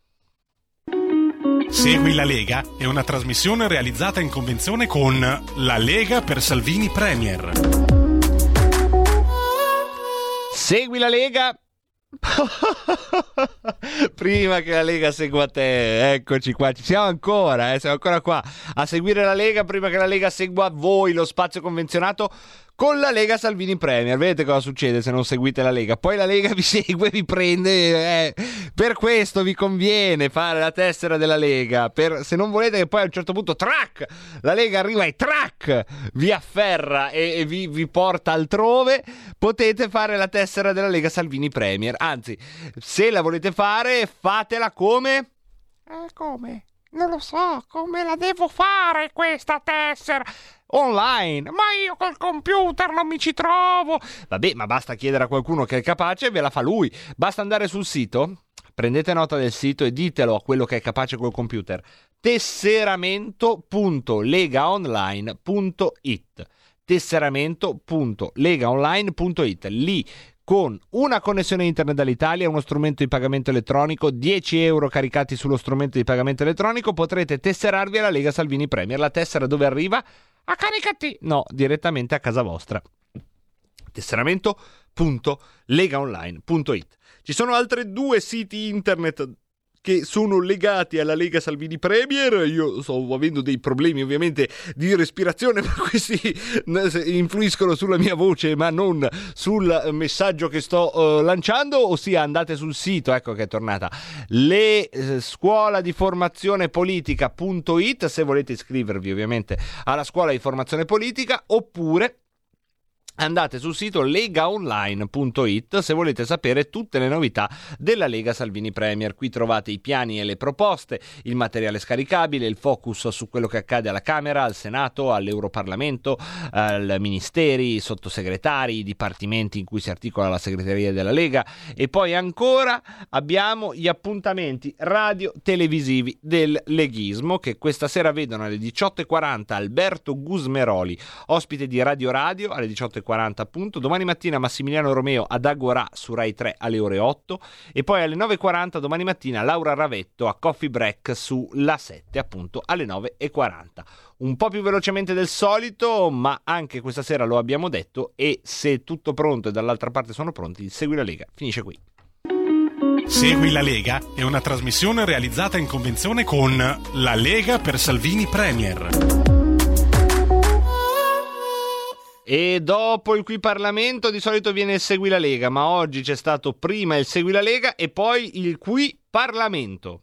Speaker 6: Segui la Lega è una trasmissione realizzata in convenzione con La Lega per Salvini Premier.
Speaker 2: Segui la Lega prima che la Lega segua te. Eccoci qua, ci siamo ancora qua a seguire la Lega prima che la Lega segua voi, lo spazio convenzionato con la Lega Salvini Premier. Vedete cosa succede se non seguite la Lega? Poi la Lega vi segue, vi prende. Per questo vi conviene fare la tessera della Lega. Se non volete che poi a un certo punto la Lega arriva e vi afferra e vi porta altrove, potete fare la tessera della Lega Salvini Premier. Anzi, se la volete fare, fatela come? Come? Non lo so, come la devo fare questa tessera? Online, ma io col computer non mi ci trovo. Vabbè, ma basta chiedere a qualcuno che è capace e ve la fa lui. Basta andare sul sito, prendete nota del sito e ditelo a quello che è capace col computer: tesseramento.legaonline.it. tesseramento.legaonline.it. Lì, con una connessione internet dall'Italia, uno strumento di pagamento elettronico, 10 euro caricati sullo strumento di pagamento elettronico, potrete tesserarvi alla Lega Salvini Premier. La tessera dove arriva? A Caricati? No, direttamente a casa vostra. tesseramento.legaonline.it. Ci sono altri 2 siti internet che sono legati alla Lega Salvini Premier. Io sto avendo dei problemi ovviamente di respirazione, ma questi influiscono sulla mia voce ma non sul messaggio che sto lanciando, ossia andate sul sito, ecco che è tornata, scuola di formazione politica.it se volete iscrivervi ovviamente alla scuola di formazione politica, oppure andate sul sito legaonline.it se volete sapere tutte le novità della Lega Salvini Premier. Qui trovate i piani e le proposte, il materiale scaricabile, il focus su quello che accade alla Camera, al Senato, all'Europarlamento, ai ministeri, i sottosegretari, i dipartimenti in cui si articola la segreteria della Lega, e poi ancora abbiamo gli appuntamenti radio-televisivi del leghismo, che questa sera vedono alle 18.40 Alberto Gusmeroli, ospite di Radio Radio, alle 18.40 appunto. Domani mattina Massimiliano Romeo ad Agorà su Rai 3 alle ore 8, e poi alle 9.40 domani mattina Laura Ravetto a Coffee Break su La 7 appunto alle 9.40. Un po' più velocemente del solito, ma anche questa sera lo abbiamo detto, e se tutto pronto e dall'altra parte sono pronti, Segui la Lega finisce qui.
Speaker 6: Segui la Lega è una trasmissione realizzata in convenzione con La Lega per Salvini Premier.
Speaker 2: E dopo il Qui Parlamento di solito viene il Segui la Lega, ma oggi c'è stato prima il Segui la Lega e poi il Qui Parlamento.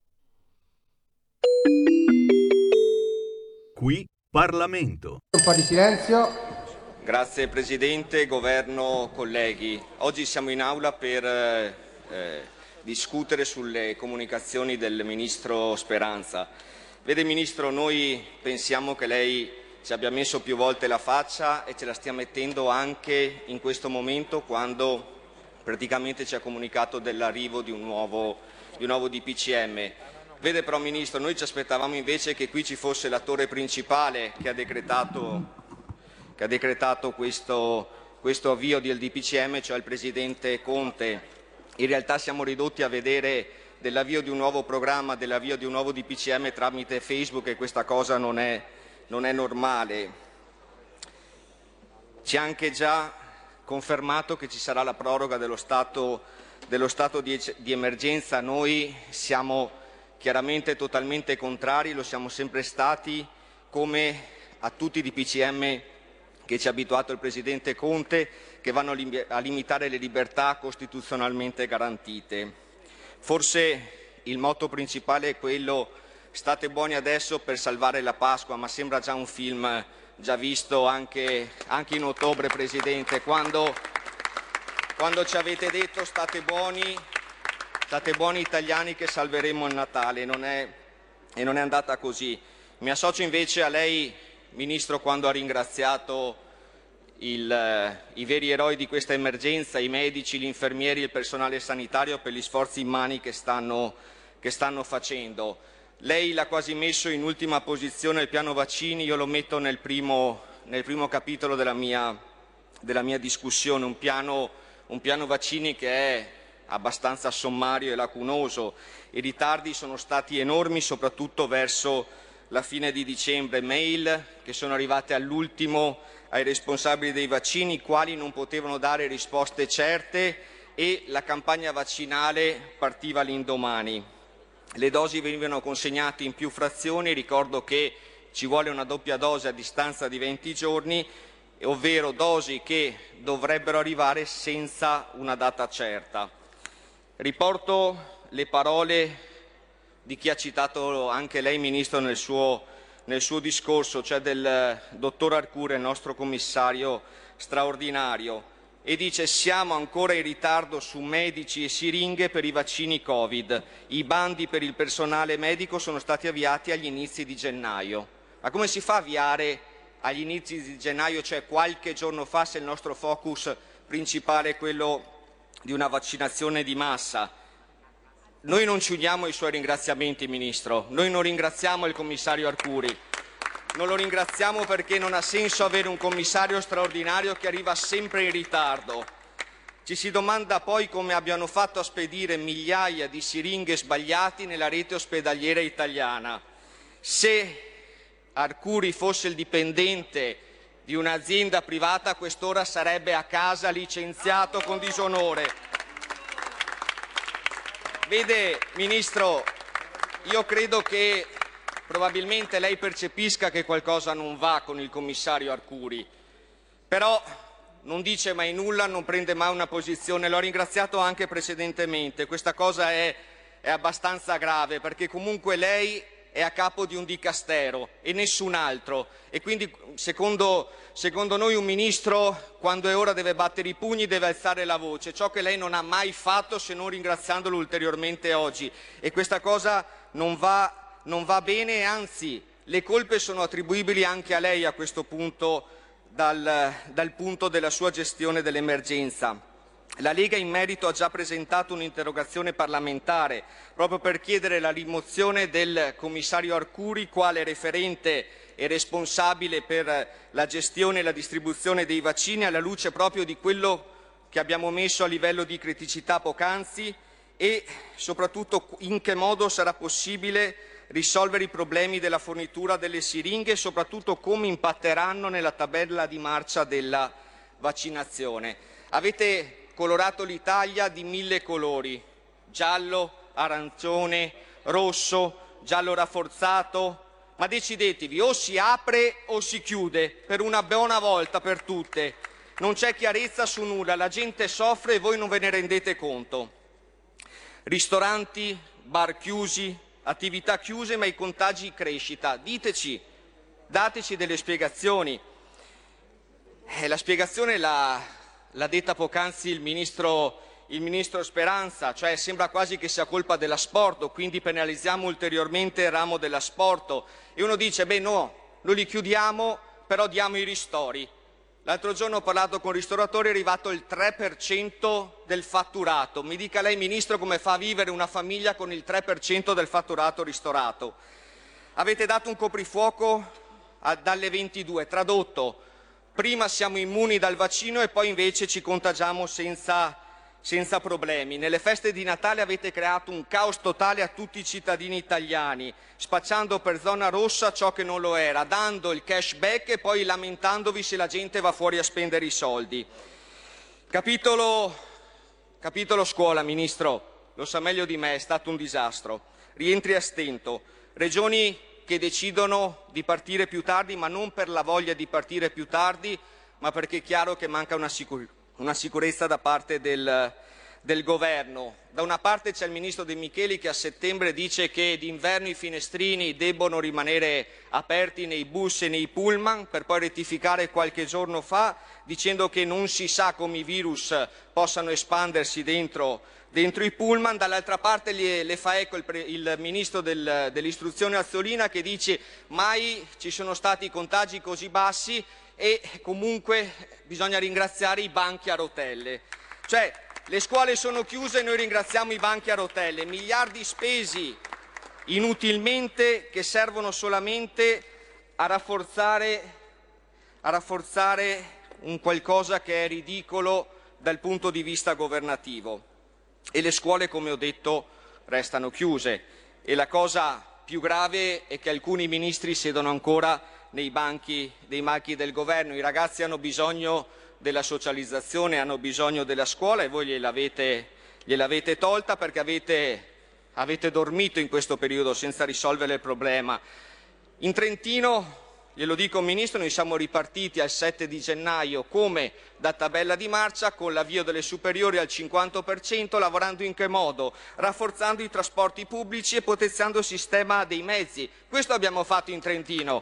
Speaker 11: Qui Parlamento.
Speaker 7: Un po' di silenzio.
Speaker 8: Grazie Presidente, Governo, colleghi. Oggi siamo in aula per discutere sulle comunicazioni del Ministro Speranza. Vede Ministro, noi pensiamo che lei ci abbia messo più volte la faccia e ce la stia mettendo anche in questo momento, quando praticamente ci ha comunicato dell'arrivo di un nuovo DPCM. Vede però Ministro, noi ci aspettavamo invece che qui ci fosse l'attore principale che ha decretato questo avvio del DPCM, cioè il Presidente Conte. In realtà siamo ridotti a vedere dell'avvio di un nuovo programma, dell'avvio di un nuovo DPCM tramite Facebook, e questa cosa non è normale. Ci ha anche già confermato che ci sarà la proroga dello stato di emergenza. Noi siamo chiaramente totalmente contrari, lo siamo sempre stati, come a tutti i DPCM che ci ha abituato il Presidente Conte, che vanno a limitare le libertà costituzionalmente garantite. Forse il motto principale è quello: state buoni adesso per salvare la Pasqua, ma sembra già un film già visto anche in ottobre, Presidente, quando ci avete detto state buoni italiani che salveremo il Natale, e non è andata così. Mi associo invece a lei, Ministro, quando ha ringraziato i veri eroi di questa emergenza, i medici, gli infermieri e il personale sanitario, per gli sforzi immani che stanno facendo. Lei l'ha quasi messo in ultima posizione il piano vaccini, io lo metto nel primo capitolo della mia discussione, un piano vaccini che è abbastanza sommario e lacunoso. I ritardi sono stati enormi, soprattutto verso la fine di dicembre, mail che sono arrivate all'ultimo ai responsabili dei vaccini, i quali non potevano dare risposte certe, e la campagna vaccinale partiva l'indomani. Le dosi venivano consegnate in più frazioni, ricordo che ci vuole una doppia dose a distanza di 20 giorni, ovvero dosi che dovrebbero arrivare senza una data certa. Riporto le parole di chi ha citato anche lei, Ministro, nel suo discorso, cioè del dottor Arcuri, il nostro commissario straordinario, e dice: siamo ancora in ritardo su medici e siringhe per i vaccini Covid. I bandi per il personale medico sono stati avviati agli inizi di gennaio. Ma come si fa a avviare agli inizi di gennaio, cioè qualche giorno fa, se il nostro focus principale è quello di una vaccinazione di massa? Noi non ci uniamo ai suoi ringraziamenti, Ministro. Noi non ringraziamo il commissario Arcuri. Non lo ringraziamo perché non ha senso avere un commissario straordinario che arriva sempre in ritardo. Ci si domanda poi come abbiano fatto a spedire migliaia di siringhe sbagliati nella rete ospedaliera italiana. Se Arcuri fosse il dipendente di un'azienda privata, a quest'ora sarebbe a casa licenziato con disonore. Vede, Ministro, io credo che probabilmente lei percepisca che qualcosa non va con il commissario Arcuri, però non dice mai nulla, non prende mai una posizione. L'ho ringraziato anche precedentemente. Questa cosa è abbastanza grave, perché comunque lei è a capo di un dicastero e nessun altro, e quindi secondo noi un ministro, quando è ora, deve battere i pugni, deve alzare la voce, ciò che lei non ha mai fatto, se non ringraziandolo ulteriormente oggi, e questa cosa non va bene, anzi le colpe sono attribuibili anche a lei a questo punto, dal punto della sua gestione dell'emergenza. La Lega in merito ha già presentato un'interrogazione parlamentare proprio per chiedere la rimozione del commissario Arcuri quale referente e responsabile per la gestione e la distribuzione dei vaccini, alla luce proprio di quello che abbiamo messo a livello di criticità poc'anzi, e soprattutto in che modo sarà possibile risolvere i problemi della fornitura delle siringhe, e soprattutto come impatteranno nella tabella di marcia della vaccinazione. Avete colorato l'Italia di 1000 colori, giallo, arancione, rosso, giallo rafforzato, ma decidetevi, o si apre o si chiude, per una buona volta per tutte. Non c'è chiarezza su nulla, la gente soffre e voi non ve ne rendete conto. Ristoranti, bar chiusi, attività chiuse, ma i contagi in crescita. Dateci delle spiegazioni. La spiegazione l'ha detta poc'anzi il ministro Speranza, cioè sembra quasi che sia colpa dell'asporto, quindi penalizziamo ulteriormente il ramo dell'asporto. E uno dice, beh no, noi li chiudiamo, però diamo i ristori. L'altro giorno ho parlato con ristoratori, è arrivato il 3% del fatturato. Mi dica lei, Ministro, come fa a vivere una famiglia con il 3% del fatturato ristorato? Avete dato un coprifuoco dalle 22, tradotto, prima siamo immuni dal vaccino e poi invece ci contagiamo senza problemi. Nelle feste di Natale avete creato un caos totale a tutti i cittadini italiani, spacciando per zona rossa ciò che non lo era, dando il cashback e poi lamentandovi se la gente va fuori a spendere i soldi. Capitolo scuola, Ministro, lo sa meglio di me, è stato un disastro. Rientri a stento, regioni che decidono di partire più tardi, ma non per la voglia di partire più tardi, ma perché è chiaro che manca una sicurezza da parte del governo. Da una parte c'è il ministro De Micheli che a settembre dice che d'inverno i finestrini debbono rimanere aperti nei bus e nei pullman, per poi rettificare qualche giorno fa dicendo che non si sa come i virus possano espandersi dentro i pullman. Dall'altra parte le fa eco il ministro dell'istruzione Azzolina che dice mai ci sono stati contagi così bassi e comunque bisogna ringraziare i banchi a rotelle. Cioè, le scuole sono chiuse e noi ringraziamo i banchi a rotelle, miliardi spesi inutilmente che servono solamente a rafforzare un qualcosa che è ridicolo dal punto di vista governativo. E le scuole, come ho detto, restano chiuse. E la cosa più grave è che alcuni ministri siedono ancora nei banchi del governo. I ragazzi hanno bisogno della socializzazione, hanno bisogno della scuola e voi gliel'avete tolta perché avete dormito in questo periodo senza risolvere il problema. In Trentino, glielo dico Ministro, noi siamo ripartiti al 7 di gennaio come da tabella di marcia con l'avvio delle superiori al 50%, lavorando in che modo? Rafforzando i trasporti pubblici e potenziando il sistema dei mezzi. Questo abbiamo fatto in Trentino.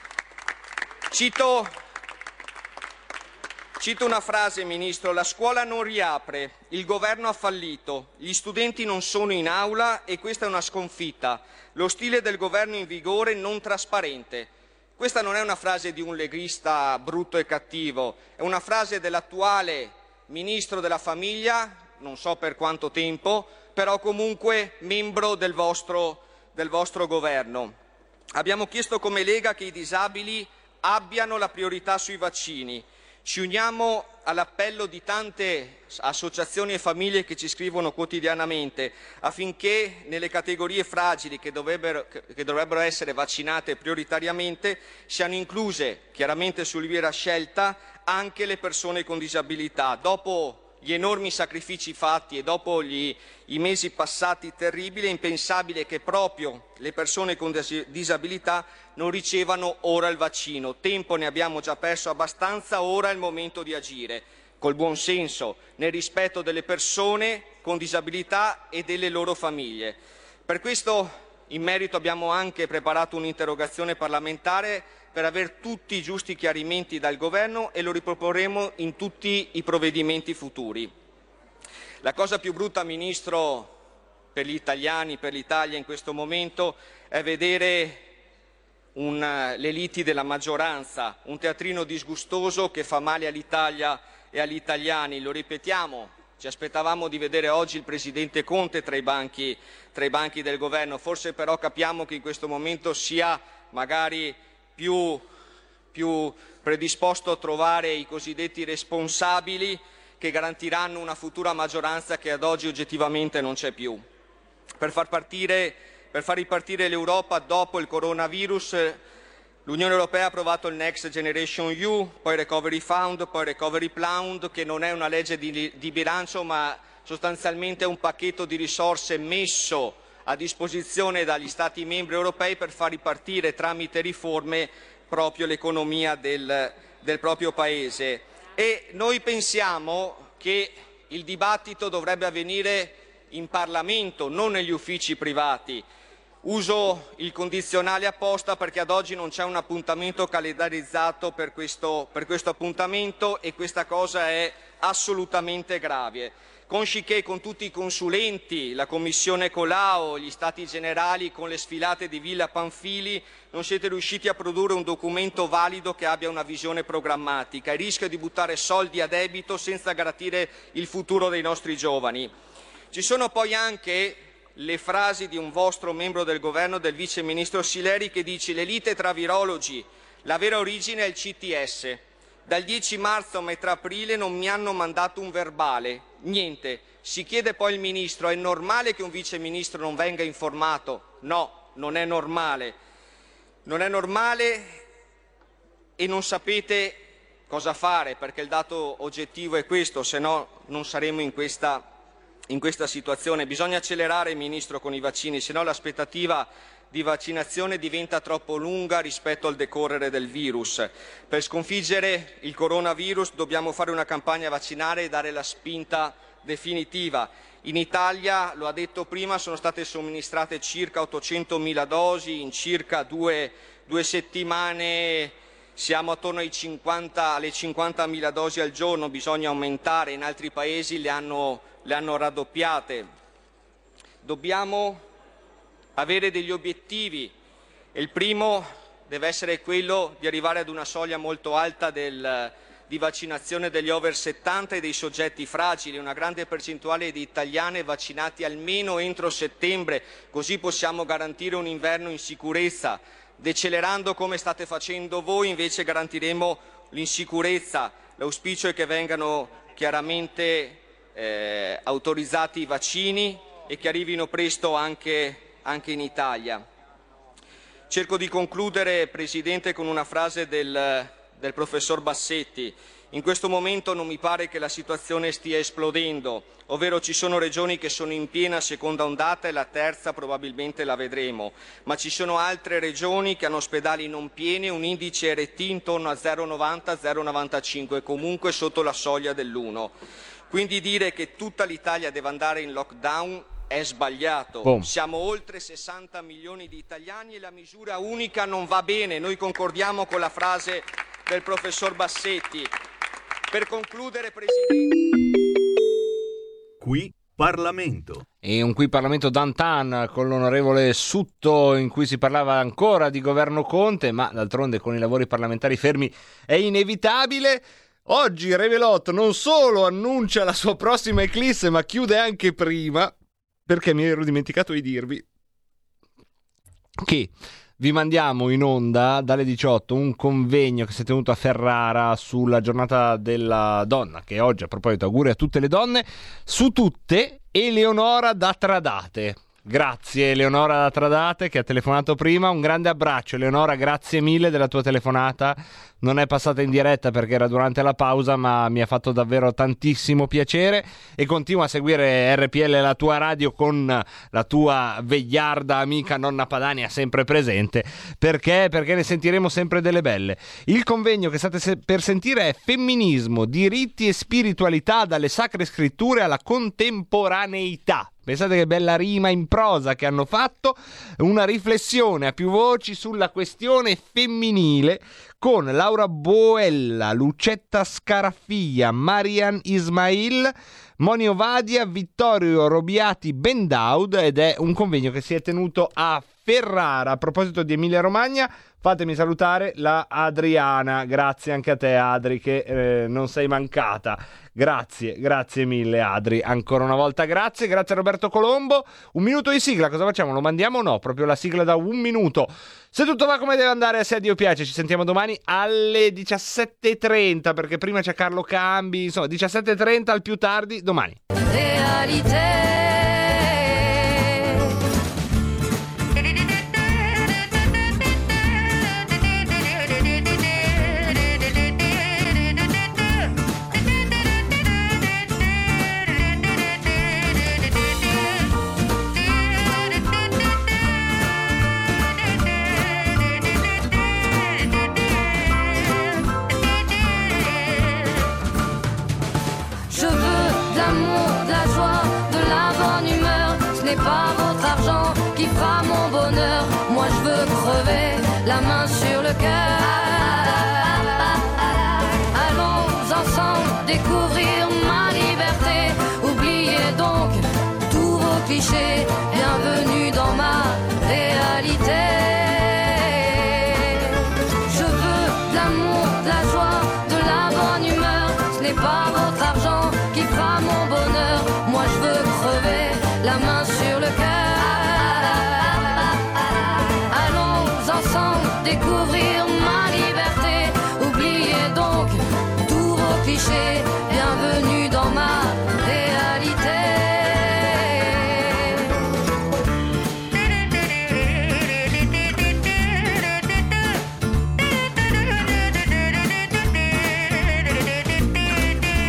Speaker 8: Cito una frase, Ministro, la scuola non riapre, il governo ha fallito, gli studenti non sono in aula e questa è una sconfitta, lo stile del governo in vigore non trasparente. Questa non è una frase di un leghista brutto e cattivo, è una frase dell'attuale Ministro della Famiglia, non so per quanto tempo, però comunque membro del vostro governo. Abbiamo chiesto come Lega che i disabili abbiano la priorità sui vaccini. Ci uniamo all'appello di tante associazioni e famiglie che ci scrivono quotidianamente affinché nelle categorie fragili che dovrebbero essere vaccinate prioritariamente siano incluse chiaramente su libera scelta anche le persone con disabilità. Dopo gli enormi sacrifici fatti e dopo i mesi passati terribili è impensabile che proprio le persone con disabilità non ricevano ora il vaccino. Tempo ne abbiamo già perso abbastanza, ora è il momento di agire col buon senso, nel rispetto delle persone con disabilità e delle loro famiglie. Per questo in merito abbiamo anche preparato un'interrogazione parlamentare per avere tutti i giusti chiarimenti dal Governo e lo riproporremo in tutti i provvedimenti futuri. La cosa più brutta, Ministro, per gli italiani, per l'Italia in questo momento, è vedere le liti della maggioranza, un teatrino disgustoso che fa male all'Italia e agli italiani. Lo ripetiamo, ci aspettavamo di vedere oggi il Presidente Conte tra i banchi del Governo, forse però capiamo che in questo momento sia magari più predisposto a trovare i cosiddetti responsabili che garantiranno una futura maggioranza che ad oggi oggettivamente non c'è più. Per far ripartire l'Europa dopo il coronavirus, l'Unione Europea ha approvato il Next Generation EU, poi Recovery Fund, poi Recovery Plan, che non è una legge di bilancio ma sostanzialmente un pacchetto di risorse messo a disposizione dagli Stati membri europei per far ripartire tramite riforme proprio l'economia del proprio Paese. E noi pensiamo che il dibattito dovrebbe avvenire in Parlamento, non negli uffici privati. Uso il condizionale apposta perché ad oggi non c'è un appuntamento calendarizzato per questo appuntamento e questa cosa è assolutamente grave. Consci che con tutti i consulenti, la Commissione Colao, gli Stati Generali con le sfilate di Villa Pamphili non siete riusciti a produrre un documento valido che abbia una visione programmatica e rischia di buttare soldi a debito senza garantire il futuro dei nostri giovani. Ci sono poi anche le frasi di un vostro membro del governo, del vice ministro Sileri, che dice: le lite tra virologi, la vera origine è il CTS. Dal 10 marzo a metà aprile non mi hanno mandato un verbale, niente. Si chiede poi il ministro: è normale che un vice ministro non venga informato? No, non è normale. Non è normale e non sapete cosa fare, perché il dato oggettivo è questo, se no non saremo in questa situazione. Bisogna accelerare, Ministro, con i vaccini, se no l'aspettativa di vaccinazione diventa troppo lunga rispetto al decorrere del virus. Per sconfiggere il coronavirus dobbiamo fare una campagna vaccinale e dare la spinta definitiva. In Italia, lo ha detto prima, sono state somministrate circa 800.000 dosi, in circa due settimane siamo attorno alle 50.000 dosi al giorno, bisogna aumentare, in altri paesi le hanno raddoppiate. Dobbiamo avere degli obiettivi e il primo deve essere quello di arrivare ad una soglia molto alta di vaccinazione degli over 70 e dei soggetti fragili, una grande percentuale di italiani vaccinati almeno entro settembre, così possiamo garantire un inverno in sicurezza. Decelerando come state facendo voi invece garantiremo l'insicurezza. L'auspicio è che vengano chiaramente autorizzati i vaccini e che arrivino presto anche in Italia. Cerco di concludere, Presidente, con una frase del professor Bassetti. In questo momento non mi pare che la situazione stia esplodendo, ovvero ci sono regioni che sono in piena seconda ondata e la terza probabilmente la vedremo, ma ci sono altre regioni che hanno ospedali non pieni e un indice RT intorno a 0,90-0,95, comunque sotto la soglia dell'1. Quindi dire che tutta l'Italia deve andare in lockdown è sbagliato.
Speaker 2: Boom.
Speaker 8: Siamo oltre 60 milioni di italiani e la misura unica non va bene. Noi concordiamo con la frase del professor Bassetti. Per concludere, Presidente...
Speaker 11: Qui Parlamento.
Speaker 2: E un qui Parlamento d'antan con l'onorevole Sutto, in cui si parlava ancora di governo Conte, ma d'altronde con i lavori parlamentari fermi è inevitabile. Oggi Revelot non solo annuncia la sua prossima eclisse, ma chiude anche prima, perché mi ero dimenticato di dirvi che vi mandiamo in onda dalle 18 un convegno che si è tenuto a Ferrara sulla giornata della donna, che oggi, a proposito, auguri a tutte le donne, su tutte Eleonora da Tradate. Grazie Eleonora da Tradate che ha telefonato prima, un grande abbraccio Eleonora, grazie mille della tua telefonata, non è passata in diretta perché era durante la pausa, ma mi ha fatto davvero tantissimo piacere e continua a seguire RPL, la tua radio, con la tua vegliarda amica nonna Padania sempre presente, perché ne sentiremo sempre delle belle. Il convegno che state per sentire è Femminismo, diritti e spiritualità dalle sacre scritture alla contemporaneità. Pensate che bella rima in prosa che hanno fatto, una riflessione a più voci sulla questione femminile con Laura Boella, Lucetta Scaraffia, Marian Ismail, Moni Ovadia, Vittorio Robiati Bendaud, ed è un convegno che si è tenuto a Ferrara. A proposito di Emilia Romagna, fatemi salutare la Adriana, grazie anche a te Adri che non sei mancata, grazie mille Adri, ancora una volta grazie a Roberto Colombo. Un minuto di sigla, cosa facciamo? Lo mandiamo o no? Proprio la sigla da un minuto. Se tutto va come deve andare, se a Dio piace, ci sentiamo domani alle 17.30, perché prima c'è Carlo Cambi, insomma 17.30 al più tardi domani.
Speaker 10: Realité.
Speaker 7: la main sur le cœur. Allons ensemble découvrir ma liberté. Oubliez donc tous vos clichés. Bienvenue dans ma réalité. Je veux de l'amour, de la joie, de la bonne humeur. Ce n'est pas votre argent qui fera mon bonheur. Moi je veux crever la main sur le cœur. Allons ensemble découvrir ma liberté. Oubliez donc tous vos clichés. Bienvenue dans ma réalité.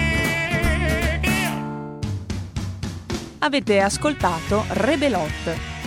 Speaker 9: Avete ascoltato Rebelot,